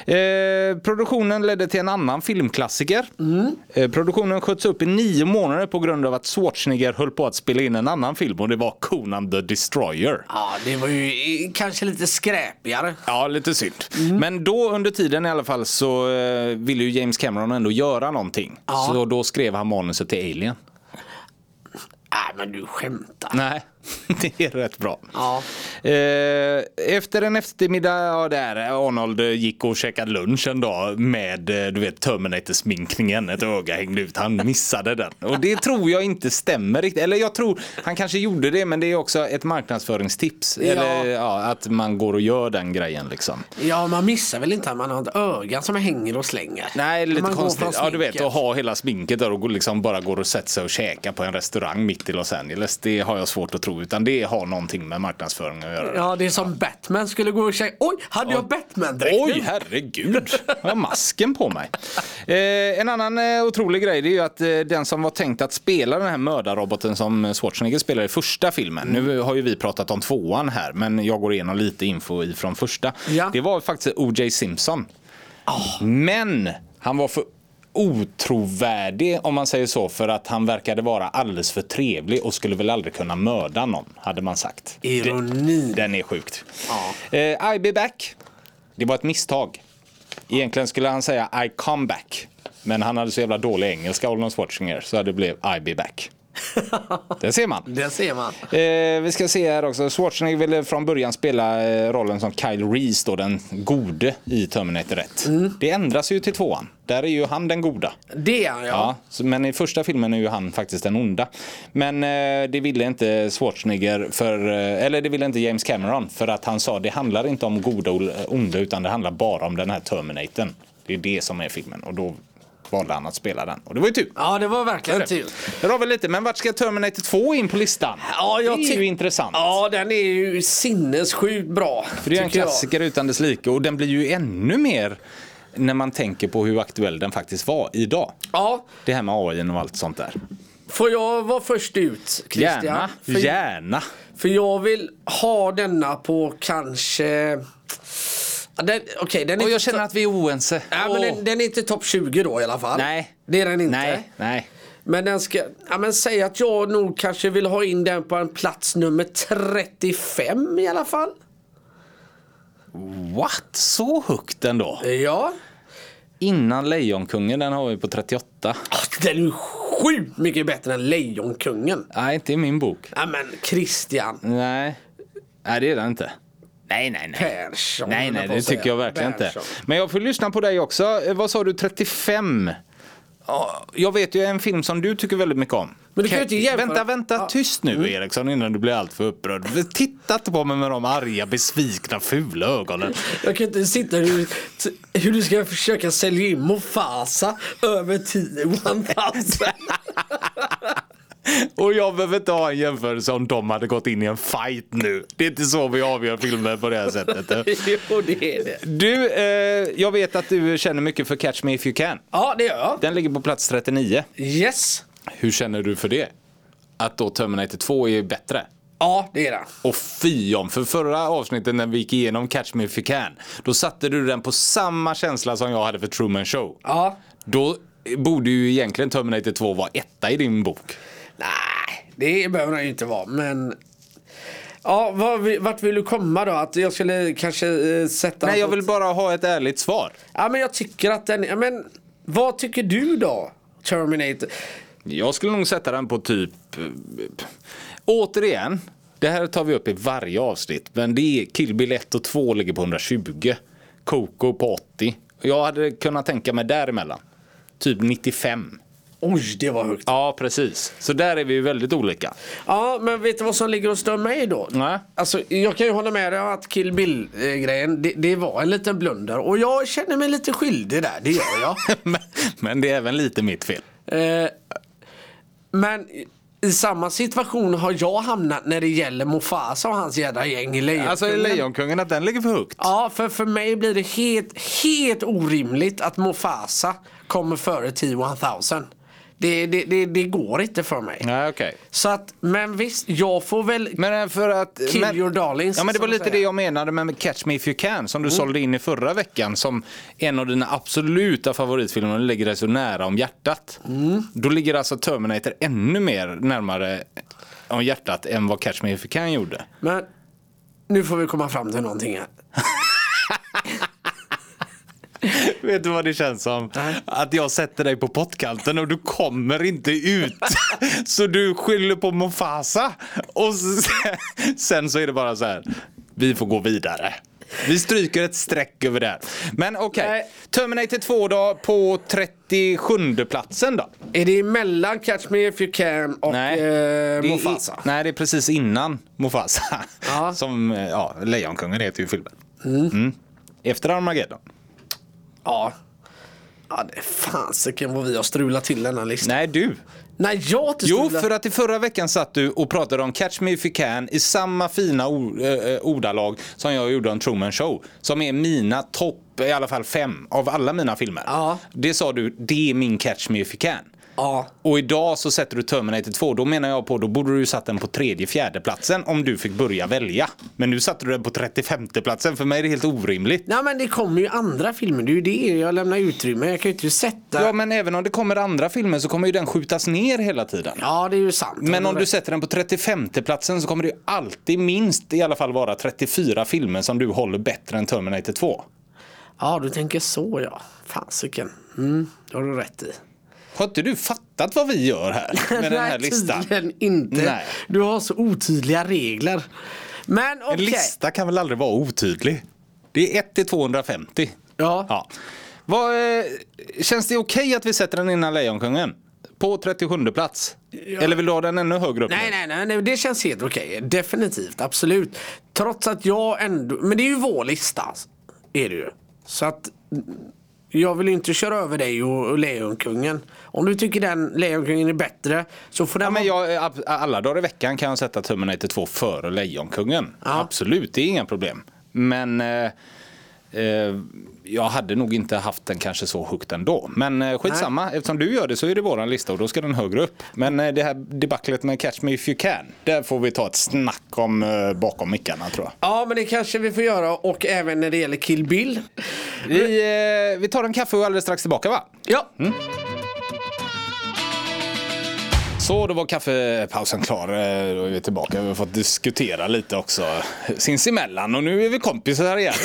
Eh, produktionen ledde till en annan filmklassiker. Mm. Eh, produktionen sköts upp i nio månader på grund av att Schwarzenegger höll på att spela in en annan film, och det var Conan the Destroyer. Ja, det var ju kanske lite skräpigare. Ja, lite synd. Mm. Men då under tiden i alla fall så eh, ville ju James Cameron ändå göra någonting. Ja. Så då skrev han manuset till Alien. Nej, men du skämtar. Nej, det är rätt bra. Ja. Efter en eftermiddag ja, där Arnold gick och käkade lunch en dag med, du vet, Terminator-sminkningen. Ett öga hängde ut, han missade den. Och det tror jag inte stämmer riktigt. Eller jag tror, han kanske gjorde det, men det är också ett marknadsföringstips. Ja. Eller ja, att man går och gör den grejen liksom. Ja, man missar väl inte att man har ett öga som hänger och slänger. Nej, lite konstigt. Ja, du vet, att ha hela sminket där och liksom bara går och sätter sig och käka på en restaurang mitt i Los Angeles. Det har jag svårt att tro, utan det har någonting med marknadsföring att göra det. Ja, det är som ja. Batman skulle gå och säga, oj, hade jag Batman-dräkten? Oj, herregud, jag har masken på mig. Eh, en annan eh, otrolig grej, det är ju att eh, den som var tänkt att spela den här mördarroboten som Schwarzenegger spelar i första filmen, mm. nu har ju vi pratat om tvåan här, men jag går igenom lite info ifrån första. Ja. Det var faktiskt O J Simpson. Oh. Men han var för otrovärdig, om man säger så, för att han verkade vara alldeles för trevlig och skulle väl aldrig kunna mörda någon, hade man sagt. Ironi. Den, den är sjukt. Ja. Eh, I'll be back. Det var ett misstag. Egentligen skulle han säga I come back. Men han hade så jävla dålig engelska, Arnold Schwarzenegger, så det blev I'll be back. Det ser man. Det ser man. Eh, vi ska se här också. Schwarzenegger ville från början spela eh, rollen som Kyle Reese, då, den gode i Terminator ett. Mm. Det ändras ju till tvåan. Där är ju han den goda. Det är han, ja. ja så, men i första filmen är ju han faktiskt den onda. Men eh, det ville inte Schwarzenegger för, eh, eller det ville inte James Cameron, för att han sa det handlar inte om goda och onda, utan det handlar bara om den här Terminatorn. Det är det som är filmen, och då valde han att spela den. Och det var ju tur. Ja, det var verkligen tur. Det har väl lite, men vart ska Terminator två in på listan? Ja, jag det är ty- ju intressant. Ja, den är ju sinnessjukt bra. För det är en klassiker jag. utan dess like, och den blir ju ännu mer när man tänker på hur aktuell den faktiskt var idag. Ja. Det här med A I och allt sånt där. Får jag vara först ut, Christian? Gärna, för, gärna. För jag vill ha denna på kanske... Den, okay, den är och jag känner to- att vi är oense. Ja, men den, den är inte topp tjugo då i alla fall. Nej. Det är den inte. Nej, nej. Men den ska, ja, men säg att jag nog kanske vill ha in den på en plats nummer trettiofem i alla fall. What? Så högt ändå? Ja. Innan Lejonkungen, den har vi på trettioåtta. Den är sjukt mycket bättre än Lejonkungen. Nej, inte i min bok. Ja, men Christian. Nej, nej det är den inte. Nej, nej, nej. Persson, nej, nej, det tycker jag verkligen Persson. inte. Men jag får lyssna på dig också. Vad sa du, trettiofem? Jag vet ju en film som du tycker väldigt mycket om. Men du kan inte jämföra. Vänta, vänta, ja. Tyst nu, mm. Eriksson, innan du blir allt för upprörd. Titta inte på mig med de arga, besvikna, fula ögonen. Jag kan inte sitta hur, hur du ska försöka sälja in Mufasa över tio tusen. Och jag behöver inte ha en jämförelse om de hade gått in i en fight nu. Det är inte så vi avgör filmer på det här sättet. Jo, det är det. Du, eh, jag vet att du känner mycket för Catch Me If You Can. Ja, det gör jag. Den ligger på plats trettionio. Yes. Hur känner du för det? Att då Terminator två är bättre? Ja, det är det. Och fy om, för förra avsnittet när vi gick igenom Catch Me If You Can, då satte du den på samma känsla som jag hade för Truman Show. Ja. Då borde ju egentligen Terminator två vara etta i din bok. Nej, det behöver den ju inte vara, men... Ja, var, vart vill du komma då? Att jag skulle kanske äh, sätta... Nej, jag vill bara ha ett ärligt svar. Ja, men jag tycker att den... Ja, men vad tycker du då, Terminator? Jag skulle nog sätta den på typ... Återigen, det här tar vi upp i varje avsnitt, men det är Kill Bill ett och två ligger på hundratjugo. Coco på åttio. Jag hade kunnat tänka mig däremellan. Typ nittiofem. Oj, det var högt. Ja, precis. Så där är vi ju väldigt olika. Ja, men vet du vad som ligger och stör mig då? Nej. Alltså, jag kan ju hålla med dig att Kill Bill-grejen, det, det var en liten blunder. Och jag känner mig lite skyldig där, det gör jag. men, men det är även lite mitt fel. Eh, men i samma situation har jag hamnat när det gäller Mufasa och hans jädra gäng i Lejonkungen. Alltså i Lejonkungen, att den ligger för högt. Ja, för för mig blir det helt, helt orimligt att Mufasa kommer före T tusen. Det, det, det, det går inte för mig. Nej, okej. Okay. Så att, men visst, jag får väl men för att, kill men, your darlings. Ja, men det var lite säga. Det jag menade med Catch Me If You Can, som du mm. sålde in i förra veckan som en av dina absoluta favoritfilmer, och ligger dig så nära om hjärtat. Mm. Då ligger alltså Terminator ännu mer närmare om hjärtat än vad Catch Me If You Can gjorde. Men nu får vi komma fram till någonting här. Vet du vad det känns som? Nej. Att jag sätter dig på pottkanten och du kommer inte ut. Så du skyller på Mufasa. Och sen, sen så är det bara så här: vi får gå vidare. Vi stryker ett streck över det. Men okej, okay. Terminator två då på trettiosjunde platsen då. Är det mellan Catch Me If You Can och nej, eh, Mufasa? I, nej, det är precis innan Mufasa. Ja. Som, ja, Lejonkungen heter ju filmen. Mm. Mm. Efter Armageddon. Ja. Ja, det är fan sicken vad vi har strulat till denna listan. Nej, du. Nej, jag inte Jo, för att i förra veckan satt du och pratade om Catch Me If You Can i samma fina ord, äh, ordalag som jag gjorde om Truman Show. Som är mina topp, i alla fall fem av alla mina filmer. Ja. Det sa du, det är min Catch Me If You Can. Ja. Och idag så sätter du Terminator två. Då menar jag på, då borde du satt den på tredje, fjärde platsen om du fick börja välja. Men nu satte du den på trettiofemte platsen. För mig är det helt orimligt. Nej, men det kommer ju andra filmer. Det är ju det jag lämnar utrymme. Jag kan ju inte sätta... Ja, men även om det kommer andra filmer så kommer ju den skjutas ner hela tiden. Ja, det är ju sant. Men om du sätter den på trettiofemte platsen så kommer det ju alltid minst i alla fall vara trettiofyra filmer som du håller bättre än Terminator två. Ja, du tänker så, ja. Fasiken. Mm, det har du rätt i. Har inte du fattat vad vi gör här med den här listan? Nej, inte. Nej. Du har så otydliga regler. Men okej. En lista kan väl aldrig vara otydlig? Det är ett till tvåhundrafemtio. Ja. Ja. Vad, eh, känns det okej att vi sätter den innan Lejonkungen? På trettiosjunde plats? Ja. Eller vill du ha den ännu högre upp? Nej, nej, nej, nej, det känns helt okej. Definitivt, absolut. Trots att jag ändå... Men det är ju vår lista, är det ju. Så att... Jag vill inte köra över dig och, och Lejonkungen. Om du tycker den Lejonkungen är bättre så får den... Ja, men jag, alla dagar i veckan kan jag sätta Terminator två före Lejonkungen. Ja. Absolut, det är inga problem. Men eh, eh, jag hade nog inte haft den kanske så högt ändå. Men eh, skitsamma, nej. Eftersom du gör det så är det våran lista och då ska den högre upp. Men eh, det här debaclet med Catch Me If You Can, där får vi ta ett snack om eh, bakom mickarna, tror jag. Ja, men det kanske vi får göra, och även när det gäller Kill Bill. Vi, eh, vi tar en kaffe och alldeles strax tillbaka, va? Ja. Mm. Så då var kaffepausen klar. Då är vi tillbaka. Vi har fått diskutera lite också sinsemellan. Och nu är vi kompisar igen.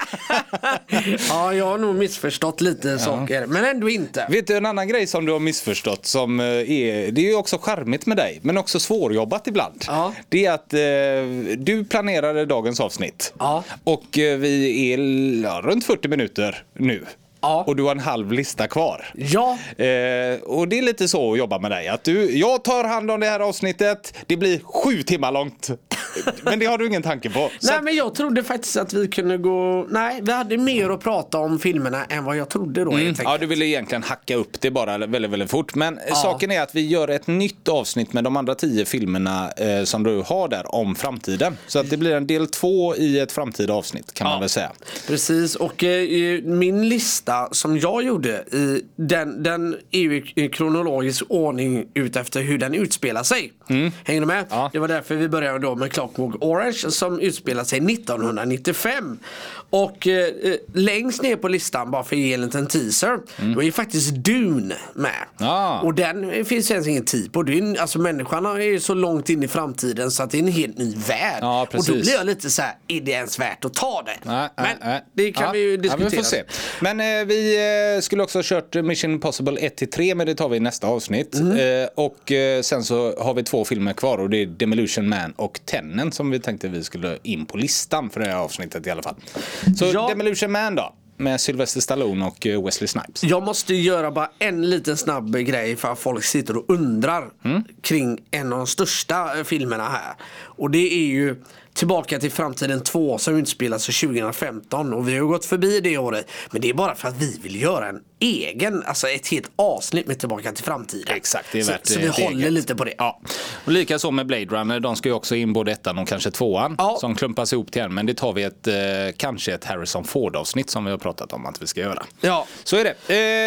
Ja, jag har nog missförstått lite ja. saker. Men ändå inte. Vet du en annan grej som du har missförstått? Som är, det är ju också charmigt med dig. Men också svårjobbat ibland. Ja. Det är att eh, du planerade dagens avsnitt. Ja. Och eh, vi är ja, runt fyrtio minuter nu. Ja. Och du har en halv lista kvar. Ja. Eh, och det är lite så att jobba med dig. Att du, jag tar hand om det här avsnittet. Det blir sju timmar långt. Men det har du ingen tanke på. Så nej, att... men jag trodde faktiskt att vi kunde gå... Nej, vi hade mer att prata om filmerna än vad jag trodde då. Mm. Ja, du ville egentligen hacka upp det bara väldigt, väldigt fort. Men ja. saken är att vi gör ett nytt avsnitt med de andra tio filmerna eh, som du har där om framtiden. Så att det blir en del två i ett framtida avsnitt, kan ja. man väl säga. Precis, och eh, min lista som jag gjorde i den, den är ju i kronologisk ordning ut efter hur den utspelar sig. Mm. Hänger du med? Ja. Det var därför vi började då med Clockwork Orange som utspelar sig nittonhundranittiofem. Och eh, längst ner på listan, bara för att ge en liten teaser, mm. då är ju faktiskt Dune med. Ah. Och den finns ens ingen tid på. Dune, alltså människan är ju så långt in i framtiden så att det är en helt ny värld. Ja, och då blir jag lite så här, är det ens värt att ta det? Nej, men nej, det kan ja. vi ju diskutera. Ja, vi får se. Men eh, vi eh, skulle också ha kört Mission Impossible ett till tre, men det tar vi i nästa avsnitt. Mm. Eh, och eh, sen så har vi två filmer kvar och det är Demolition Man och Tenet som vi tänkte vi skulle in på listan för det här avsnittet i alla fall. Så ja. Demolition Man då, med Sylvester Stallone och Wesley Snipes. Jag måste göra bara en liten snabb grej för att folk sitter och undrar mm. kring en av de största filmerna här. Och det är ju Tillbaka till framtiden två som utspelas tjugohundrafemton, och vi har gått förbi det året, men det är bara för att vi vill göra en egen, alltså ett helt avsnitt med Tillbaka till framtiden. Exakt, det är värt så, så vi håller eget. lite på det. Ja. Och lika så med Blade Runner, de ska ju också in både ettan och kanske tvåan ja. som klumpas ihop till en, men det tar vi ett eh, kanske ett Harrison Ford-avsnitt som vi har pratat om att vi ska göra. Ja. Så är det.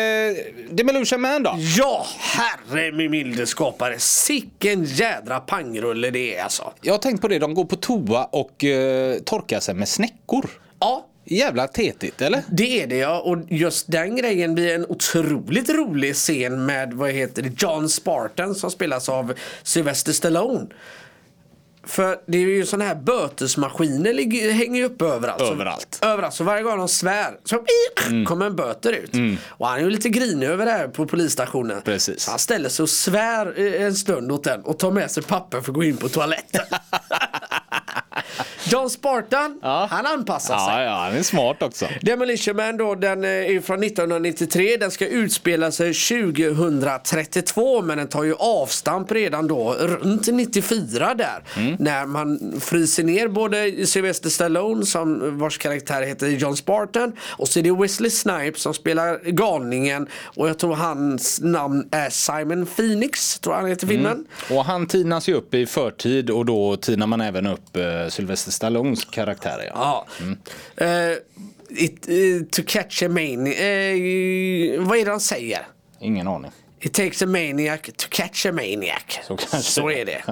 Eh, Demolition Man då? Ja, herre min milde skapare. Sicken jädra pangrulle det är alltså. Jag har tänkt på det, de går på toa och eh, torkar sig med snäckor. Ja. Jävla tetigt, eller? Det är det, ja. Och just den grejen blir en otroligt rolig scen med, vad heter det, John Spartan som spelas av Sylvester Stallone. För det är ju såna här bötesmaskiner ligger, hänger upp överallt. Överallt. Så, överallt. Så varje gång de svär så mm. kommer en böter ut. Mm. Och han är ju lite grinig över det här på polisstationen. Precis. Så han ställer sig och svär en stund åt den och tar med sig papper för att gå in på toaletten. John Spartan, Ja. han anpassar Ja, sig. ja, han är smart också. Demolition Man då, den är från nittonhundranittiotre. Den ska utspela sig tjugohundratrettiotvå, men den tar ju avstamp redan då runt nittiofyra där. Mm. När man fryser ner både Sylvester Stallone, som vars karaktär heter John Spartan, och så är det Wesley Snipes som spelar galningen, och jag tror hans namn är Simon Phoenix, tror jag han heter i filmen. Mm. Och han tinas ju upp i förtid, och då tinar man även upp uh, Sylvester Stallones karaktär. Ja. Ja. Mm. Uh, it, uh, to catch a maniac. Uh, vad är det han säger? Ingen aning. It takes a maniac to catch a maniac. Så, Så är det.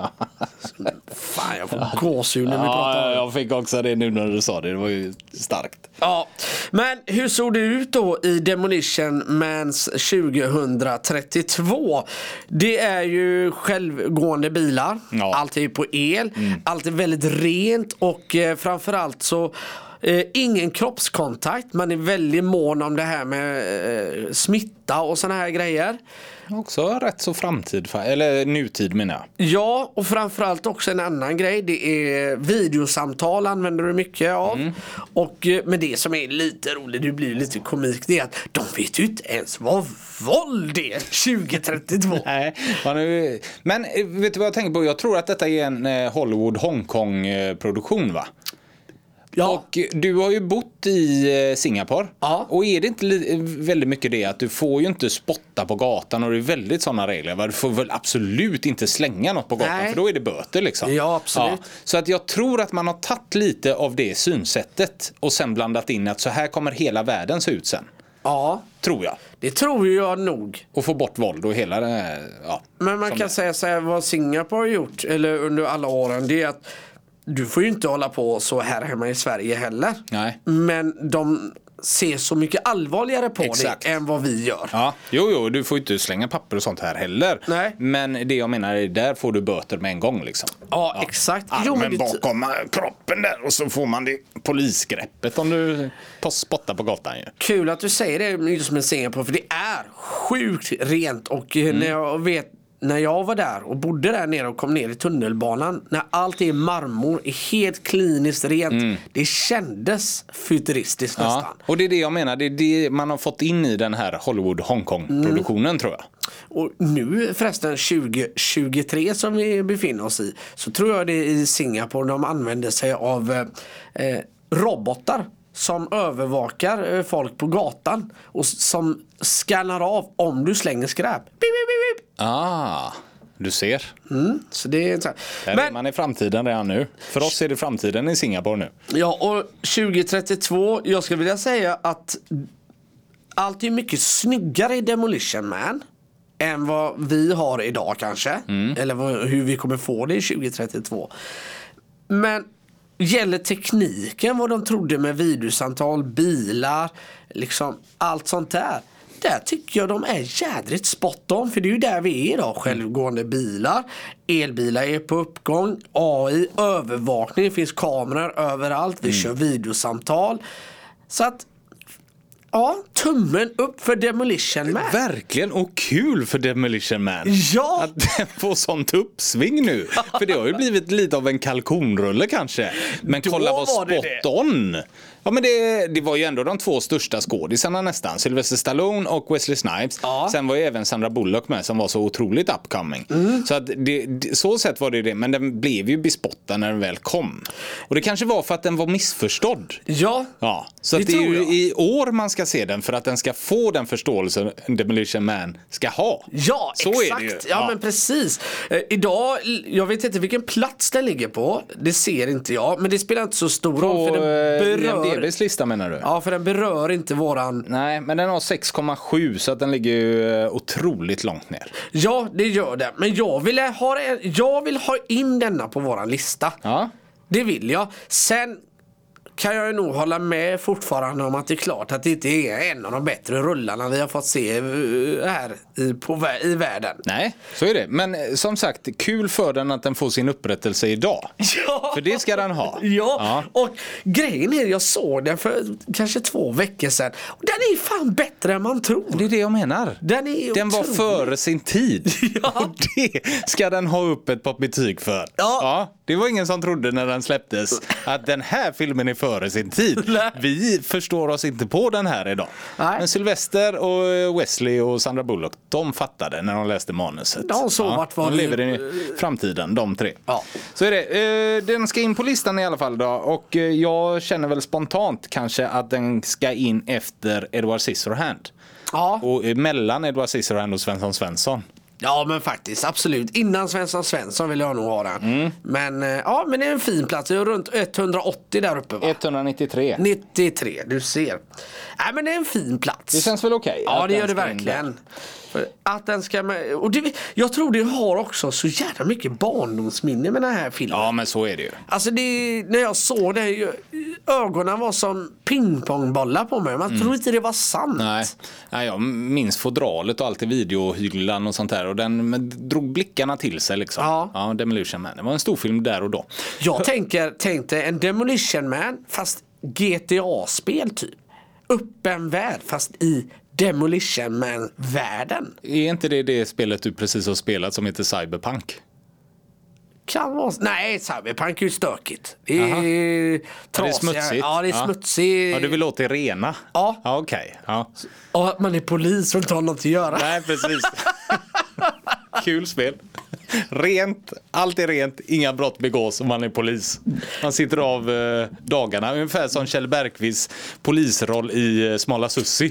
Fan, jag får gåshud när vi pratar om det. Ja, jag fick också det nu när du sa det. Det var ju starkt. Ja, men hur såg det ut då i Demolition Mans tjugohundratrettiotvå? Det är ju självgående bilar. Ja. Allt är ju på el. Mm. Allt är väldigt rent, och eh, framförallt så Eh, ingen kroppskontakt. Man är väldigt mån om det här med eh, smitta och såna här grejer. Också rätt så framtid, eller nutid menar jag. Ja, och framförallt också en annan grej. Det är videosamtal använder du mycket av. Mm. Och eh, med det som är lite roligt, det blir lite komik, det är att de vet ju inte ens vad våld är tjugohundratrettiotvå. Nej, man är, men vet du vad jag tänker på? Jag tror att detta är en eh, Hollywood-Hongkong-produktion, va? Ja. Och du har ju bott i Singapore. Ja. Och är det inte li- väldigt mycket det att du får ju inte spotta på gatan, och det är väldigt sådana regler. Du får väl absolut inte slänga något på gatan. Nej. För då är det böter liksom. Ja, absolut. Ja. Så att jag tror att man har tagit lite av det synsättet och sen blandat in att så här kommer hela världen se ut sen. Ja. Tror jag. Det tror jag nog. Och få bort våld och hela det här, ja. Men man kan det. säga så här, vad Singapore har gjort eller under alla åren, det är att du får ju inte hålla på så här hemma i Sverige heller. Nej. Men de ser så mycket allvarligare på Exakt. det än vad vi gör. Ja, jo, jo, du får ju inte slänga papper och sånt här heller. Nej. Men det jag menar är, där får du böter med en gång liksom. Ja, ja. Exakt. Armen jo, bakom kroppen där, och så får man det polisgreppet om du spottar på gatan ju. Kul att du säger det just med Singapore, för det är sjukt rent, och mm. när jag vet när jag var där och bodde där nere och kom ner i tunnelbanan, när allt är marmor, är helt kliniskt rent, mm. det kändes futuristiskt nästan. Ja, och det är det jag menar, det är det man har fått in i den här Hollywood-Hongkong-produktionen mm. tror jag. Och nu förresten tjugohundratjugotre som vi befinner oss i, så tror jag det är i Singapore de använder sig av eh, robotar som övervakar folk på gatan och som skannar av om du slänger skräp. Bip, bip, bip. Ah, du ser. Mm, så det är så här. Där Men, är man i framtiden redan nu. För oss är det framtiden i Singapore nu. Ja, och tjugohundratrettiotvå, jag skulle vilja säga att allt är mycket snyggare i Demolition Man än vad vi har idag kanske. Mm. Eller vad, hur vi kommer få det i tjugohundratrettiotvå. Men gäller tekniken, vad de trodde med videosamtal, bilar, liksom allt sånt där. Där tycker jag de är jädrigt spot on, för det är ju där vi är idag. Självgående bilar, elbilar är på uppgång, A I, övervakning, det finns kameror överallt, vi mm. kör videosamtal. Så att ja, tummen upp för Demolition Man. Verkligen, och kul för Demolition Man. Ja. Att få sånt uppsving nu. För det har ju blivit lite av en kalkonrulle kanske. Men Då kolla vad spot det on. Ja, men det, det var ju ändå de två största skådisarna nästan. Sylvester Stallone och Wesley Snipes. Ja. Sen var ju även Sandra Bullock med, som var så otroligt upcoming. Mm. Så att det, det, så sett var det det. Men den blev ju bespottad när den väl kom. Och det kanske var för att den var missförstådd. Ja, ja. Så det, att det är ju jag. i år man ska se den, för att den ska få den förståelse Demolition Man ska ha. Ja, så exakt. Är det ju. Ja, ja, men precis. Eh, idag, jag vet inte vilken plats den ligger på. Det ser inte jag, men det spelar inte så stor roll. På I M D B:s lista menar du? Ja, för den berör inte våran... Nej, men den har sex komma sju, så att den ligger ju otroligt långt ner. Ja, det gör det. Men jag vill ha, jag vill ha in denna på våran lista. Ja. Det vill jag. Sen kan jag ju nog hålla med fortfarande om att det är klart att det inte är en av de bättre rullarna vi har fått se här i, på, i världen. Nej, så är det. Men som sagt, kul för den att den får sin upprättelse idag. Ja. För det ska den ha. Ja, ja. Och grejen är, jag såg den för kanske två veckor sedan. Och den är fan bättre än man tror. Det är det jag menar. Den, är den var före sin tid. Ja. Och det ska den ha upp ett par betyg för. Ja. Ja, det var ingen som trodde när den släpptes att den här filmen är före sin tid. Nej. Vi förstår oss inte på den här idag. Nej. Men Sylvester och Wesley och Sandra Bullock, de fattade när de läste manuset. De såg vart var de lever i framtiden, de tre. Ja. Så är det. Den ska in på listan i alla fall då. Och jag känner väl spontant kanske att den ska in efter Edward Scissorhand. Ja. Och mellan Edward Scissorhand och Svensson Svensson. Ja, men faktiskt, absolut. Innan Svensson Svensson vill jag nog ha den. Mm. Men ja, men det är en fin plats. Det är runt etthundraåttio där uppe, va? etthundranittiotre. nittiotre, du ser. Nej, men det är en fin plats. Det känns väl okej? Okay, ja, det gör det verkligen. För att den ska med, och det, jag tror det har också så jävla mycket barndomsminne med den här filmen. Ja, men så är det ju. Alltså det, när jag såg det, ögonen var som pingpongbollar på mig. Man mm. tror inte det var sant. Nej. Nej, jag minns fodralet och allt i videohyglan och sånt där. Och den drog blickarna till sig liksom. Ja. Ja, Demolition Man. Det var en stor film där och då. Jag tänker, tänkte en Demolition Man fast G T A-spel typ. Öppen värld fast i Demolition Man-världen. Är inte det det spelet du precis har spelat som heter Cyberpunk? Kan vara... Nej, Cyberpunk är ju stökigt. Det är trasiga. Det är smutsigt. Ja, det är ja. smutsigt. Ja, du vill åt det rena? Ja. Ja, okej. Okay. Ja. Och att man är polis och inte har något att göra. Nej, precis. Kul spel. Rent, allt är rent, inga brott begås om man är polis. Man sitter av eh, dagarna, ungefär som Kjell Bergqvists polisroll i eh, Smala Sussi.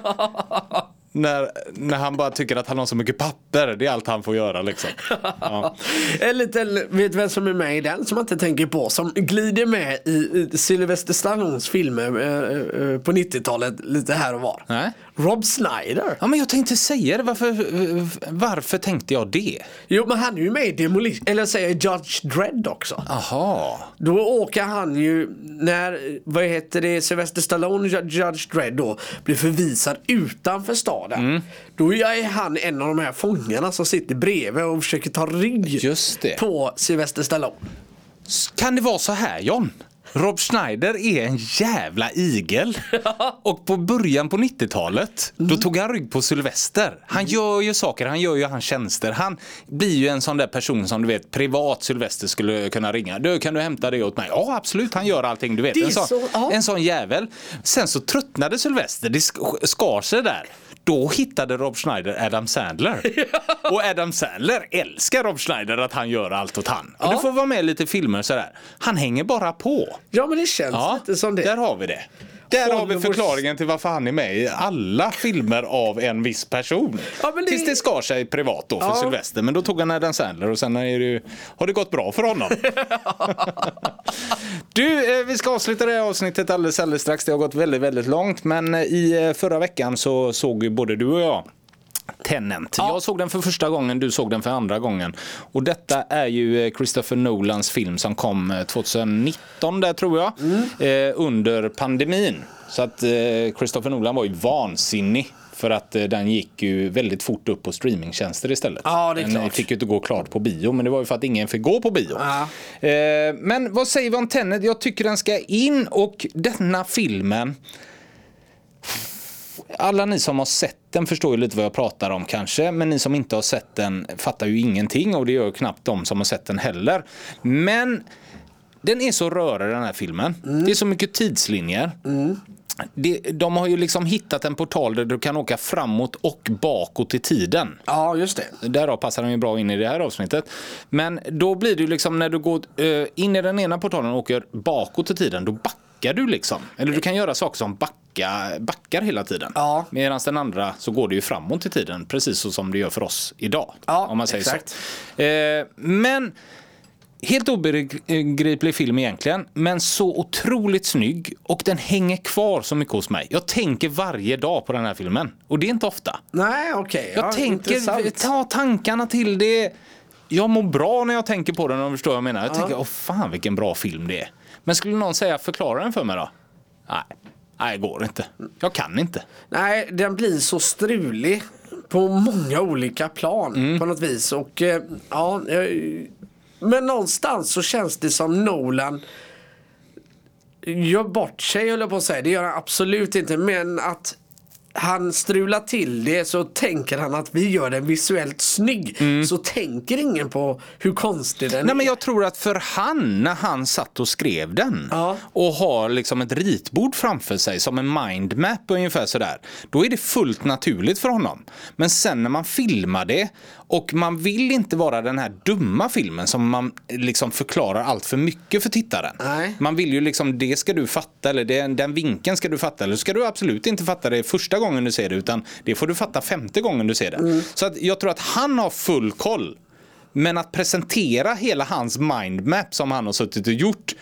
När, när han bara tycker att han har så mycket papper. Det är allt han får göra liksom. Ja. En liten, vet du vem som är med i den som man inte tänker på, som glider med i, i Sylvester Stallones filmer eh, eh, på nittiotalet lite här och var. Nej. Rob Snyder. Ja, men jag tänkte säga det. Varför, varför tänkte jag det? Jo, men han är ju med i Demolition, eller säger Judge Dredd också. Aha. Då åker han ju när, vad heter det, Sylvester Stallone, Judge Dredd då blir förvisad utanför staden. Mm. Då är han en av de här fångarna som sitter bredvid och försöker ta rygg Just det. på Sylvester Stallone. Kan det vara så här, John? Rob Schneider är en jävla igel. Och på början på nittiotalet mm. då tog han rygg på Sylvester. Han mm. gör ju saker, han gör ju hans tjänster. Han blir ju en sån där person som du vet privat Sylvester skulle kunna ringa. Du, kan du hämta det åt mig? Ja, absolut, han gör allting, du vet. En sån, så, ja. en sån jävel. Sen så tröttnade Sylvester, det skar sig där. Då hittade Rob Schneider Adam Sandler. Och Adam Sandler älskar Rob Schneider att han gör allt åt han. Och ja. du får vara med i lite filmer sådär. Han hänger bara på. Ja, men det känns ja, lite som det. Där har vi det. Där har vi förklaringen till varför han är med i alla filmer av en viss person. Ja, det... Tills det skar sig privat då för ja. Sylvester. Men då tog han Adam Sandler och sen är det ju, har det gått bra för honom. Du, vi ska avsluta det här avsnittet alldeles, alldeles strax. Det har gått väldigt, väldigt långt. Men i förra veckan så såg ju både du och jag Tenet. Ja. Jag såg den för första gången, du såg den för andra gången. Och detta är ju Christopher Nolans film som kom tjugonitton där tror jag. Mm. Eh, under pandemin. Så att eh, Christopher Nolan var ju vansinnig. För att eh, den gick ju väldigt fort upp på streamingtjänster istället. Ja, det är den klart. fick ju inte gå klart på bio, men det var ju för att ingen fick gå på bio. Ja. Eh, men vad säger vi om Tenet? Jag tycker den ska in, och denna filmen... Alla ni som har sett den förstår ju lite vad jag pratar om kanske. Men ni som inte har sett den fattar ju ingenting. Och det gör knappt de som har sett den heller. Men den är så rörig, den här filmen. Mm. Det är så mycket tidslinjer. Mm. Det, de har ju liksom hittat en portal där du kan åka framåt och bakåt i tiden. Ja, just det. Därav passar de ju bra in i det här avsnittet. Men då blir det ju liksom när du går uh, in i den ena portalen och åker bakåt i tiden, då backar du liksom. Eller du kan göra saker som backa, backar hela tiden. Ja. Medan den andra så går det ju framåt i tiden, precis så som det gör för oss idag. Ja, om man säger exakt. Så. Uh, men... Helt obegriplig film egentligen, men så otroligt snygg, och den hänger kvar så mycket hos mig. Jag tänker varje dag på den här filmen, och det är inte ofta. Nej, okej. Okay. Jag ja, tänker, intressant. ta tankarna till det. jag mår bra när jag tänker på den, om du förstår vad jag menar. Jag Ja. tänker, åh fan vilken bra film det är. Men skulle någon säga, förklara den för mig då? Nej, nej det går inte. Jag kan inte. Nej, den blir så strulig på många olika plan Mm. på något vis. Och eh, ja, eh, men någonstans så känns det som Nolan gör bort sig, höll jag på att säga. Det gör han absolut inte, men att han strular till det, så tänker han att vi gör den visuellt snygg. Mm. Så tänker ingen på hur konstig den Nej, är. men jag tror att för han, när han satt och skrev den Ja. och har liksom ett ritbord framför sig som en mindmap ungefär sådär, då är det fullt naturligt för honom. Men sen när man filmar det och man vill inte vara den här dumma filmen som man liksom förklarar allt för mycket för tittaren. Nej. Man vill ju liksom, det ska du fatta, eller den, den vinkeln ska du fatta, eller ska du absolut inte fatta det första gången du ser det, utan det får du fatta femte gången du ser det. Mm. Så att jag tror att han har full koll. Men att presentera hela hans mindmap som han har suttit och gjort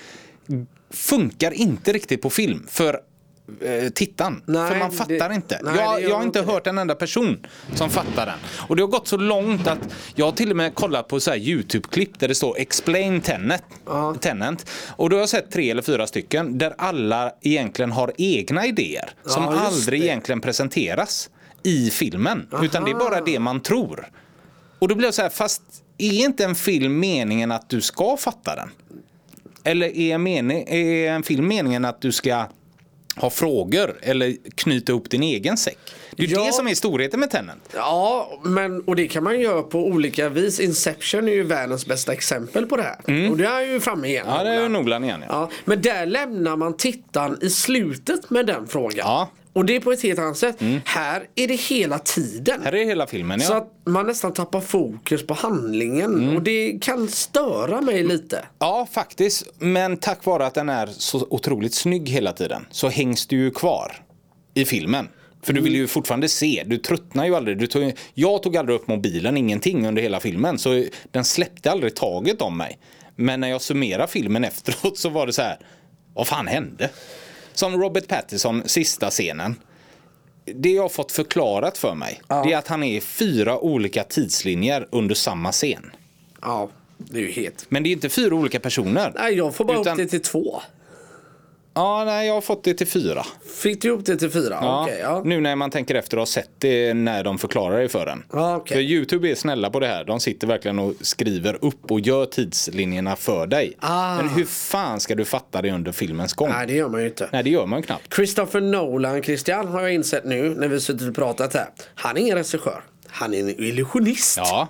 funkar inte riktigt på film för eh, tittan. Nej, för man fattar det, inte. Nej, jag, jag jag har inte det. hört en enda person som fattar den. Och det har gått så långt att jag har till och med kollat på så här YouTube-klipp där det står Explain Tenet. Ja. Tenant. Och då har jag sett tre eller fyra stycken där alla egentligen har egna idéer som Ja, just aldrig det. egentligen presenteras i filmen. Aha. Utan det är bara det man tror. Och då blir det så här, fast är inte en film meningen att du ska fatta den? Eller är en, mening, är en film meningen att du ska ha frågor eller knyta upp din egen säck? Det är ju Ja. det som är storheten med Tenet. Ja, men, och det kan man göra på olika vis. Inception är ju världens bästa exempel på det här. Och det är ju framme igen. Ja, det är ju Nolan. Nolan igen. Ja. Ja, men där lämnar man tittaren i slutet med den frågan. Ja. Och det är på ett helt annat sätt. Här är det hela tiden. Här är hela filmen, ja. Så att man nästan tappar fokus på handlingen. Och det kan störa mig lite. Ja, faktiskt. Men tack vare att den är så otroligt snygg hela tiden så hängs du ju kvar i filmen. För du vill ju fortfarande se. Du tröttnar ju aldrig. Du tog, jag tog aldrig upp mobilen, ingenting under hela filmen. Så den släppte aldrig taget om mig. Men när jag summerar filmen efteråt så var det så här, vad fan hände? Som Robert Pattinson, sista scenen. Det jag har fått förklarat för mig, Ja. det är att han är i fyra olika tidslinjer under samma scen. Ja, det är ju helt... Men det är inte fyra olika personer. Nej, jag får bara Utan- upp det till två. Ja, nej, jag har fått det till fyra. Fick du upp det till fyra? Ja. Okej, ja. Nu när man tänker efter och har sett det när de förklarar det för en. Ja, okej. För YouTube är snälla på det här. De sitter verkligen och skriver upp och gör tidslinjerna för dig. Ah. Men hur fan ska du fatta det under filmens gång? Nej, det gör man ju inte. Nej, det gör man ju knappt. Christopher Nolan, Christian, har jag insett nu när vi suttit och pratat här. Han är ingen regissör. Han är en illusionist. Ja.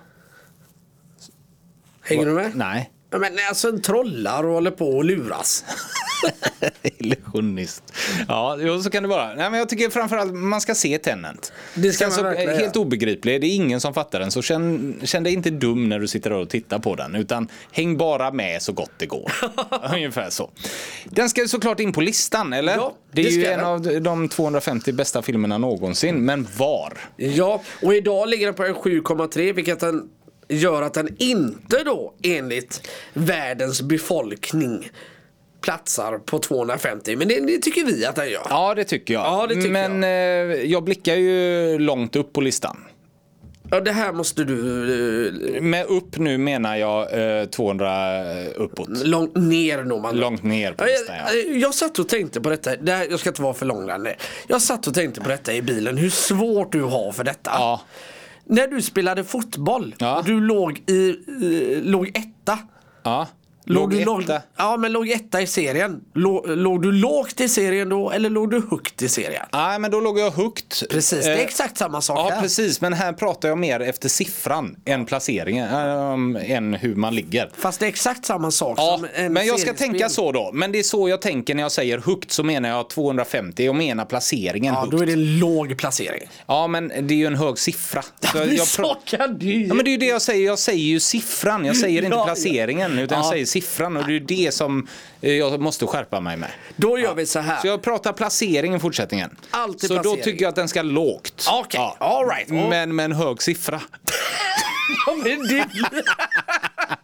Hänger du med? Nej. Ja, men alltså en trollar och håller på och luras. Illusionist. Ja, jo, så kan det vara. Nej, men jag tycker framförallt man ska se Tenet. Det ska Sen man så, verkligen helt göra. obegriplig. Det är ingen som fattar den. Så känn, känn dig inte dum när du sitter och tittar på den. Utan häng bara med så gott det går. Ungefär så. Den ska ju såklart in på listan, eller? Ja, det är det ju ska en den. av de tvåhundrafemtio bästa filmerna någonsin. Men var? Ja, och idag ligger den på en sju komma tre, vilket den gör att den inte då enligt världens befolkning platsar på tvåhundrafemtio. Men det, det tycker vi att den gör. Ja, det tycker jag. Ja, det tycker men jag. Eh, jag blickar ju långt upp på listan. Ja, det här måste du... eh, Med upp nu menar jag eh, tvåhundra uppåt. Långt ner når man. Långt ner på Ja, listan, ja. jag, jag satt och tänkte på detta. Det här, jag ska inte vara för långrandig. Jag satt och tänkte på detta i bilen. Hur svårt du har för detta. Ja. När du spelade fotboll Ja. och du låg i eh, låg etta. Ja. Låg du etta. låg, ja, men låg etta i serien. Låg, låg du lågt i serien då eller låg du högt i serien? Nej, men då låg jag högt. Precis, det är Eh, exakt samma sak Ja, här. precis. Men här pratar jag mer efter siffran än placeringen, ähm, än hur man ligger. Fast det är exakt samma sak Ja, som en men jag ska seriespel. tänka så då. Men det är så jag tänker när jag säger högt, så menar jag tvåhundrafemtio. Jag menar placeringen Ja, högt. då är det en låg placering. Ja, men det är ju en hög siffra. Så Men jag så kan du ju. Ja, men det är ju det jag säger. Jag säger ju siffran. Jag säger inte Ja, placeringen, utan ja. jag säger siffran. Och det är ju det som eh, jag måste skärpa mig med. Då gör vi så här. Så jag pratar placering i fortsättningen. Alltid så placering. då tycker jag att den ska lågt. Okej, all right. Men med en hög siffra. Ja, men det...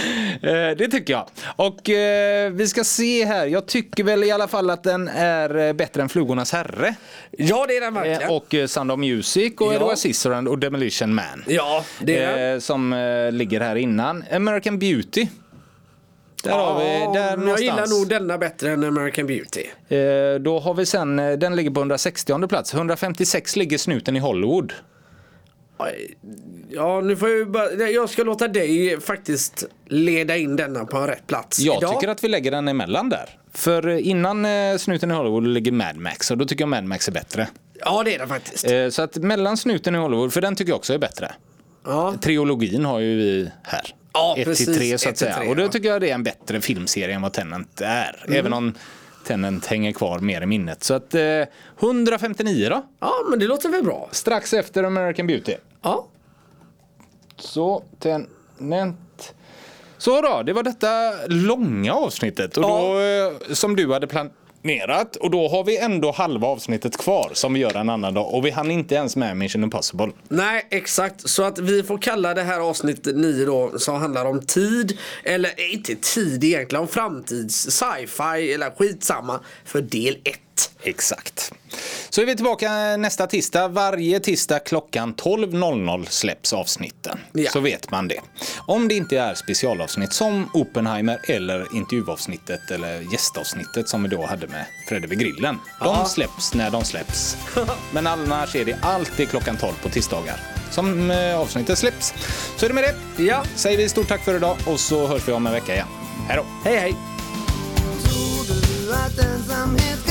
Det tycker jag. Och eh, vi ska se här. Jag tycker väl i alla fall att den är bättre än Flugornas herre. Ja, det är den verkligen. Eh, och eh, Sound of Music och Ja. Edward Scissorhands och Demolition Man. Ja, det är eh, Som eh, ligger här innan. American Beauty. Där ja, har vi, där jag någonstans. gillar nog denna bättre än American Beauty. Eh, då har vi sen, eh, den ligger på hundrasextionde plats. hundrafemtiosex ligger Snuten i Hollywood. Ja, nu får jag bara, jag ska låta dig faktiskt leda in denna på en rätt plats. Jag idag. tycker att vi lägger den emellan där. För innan eh, Snuten i Hollywood ligger Mad Max. Och då tycker jag Mad Max är bättre. Ja, det är det faktiskt. Eh, så att mellan Snuten i Hollywood, för den tycker jag också är bättre. Ja. Triologin har ju vi här. Ja, ett precis. till tre så att ett till säga. tre, Och då ja. tycker jag det är en bättre filmserie än vad Tenet är. Mm. Även om Tenet hänger kvar mer i minnet. Så att eh, hundrafemtionio då. Ja, men det låter väl bra. Strax efter American Beauty. Ja. Så, Tenet. Så då, det var detta långa avsnittet. Och då, eh, som du hade planerat. Och då har vi ändå halva avsnittet kvar som vi gör en annan dag. Och vi hann inte ens med Mission Impossible. Nej, exakt. Så att vi får kalla det här avsnitt nio då, som handlar om tid. Eller inte tid egentligen, om framtids sci-fi eller skitsamma. För del ett. Exakt. Så är vi tillbaka nästa tisdag. Varje tisdag klockan tolv noll noll släpps avsnitten. Ja. Så vet man det. Om det inte är specialavsnitt som Oppenheimer eller intervjuavsnittet eller gästavsnittet som vi då hade med Fredde vid grillen. De Ja. släpps när de släpps. Men annars är det alltid klockan tolv på tisdagar som eh, avsnittet släpps. Så är det med det. Ja. Säger vi stort tack för idag och så hörs vi om en vecka igen. Hej då. Hej hej. Tror du att ensamhet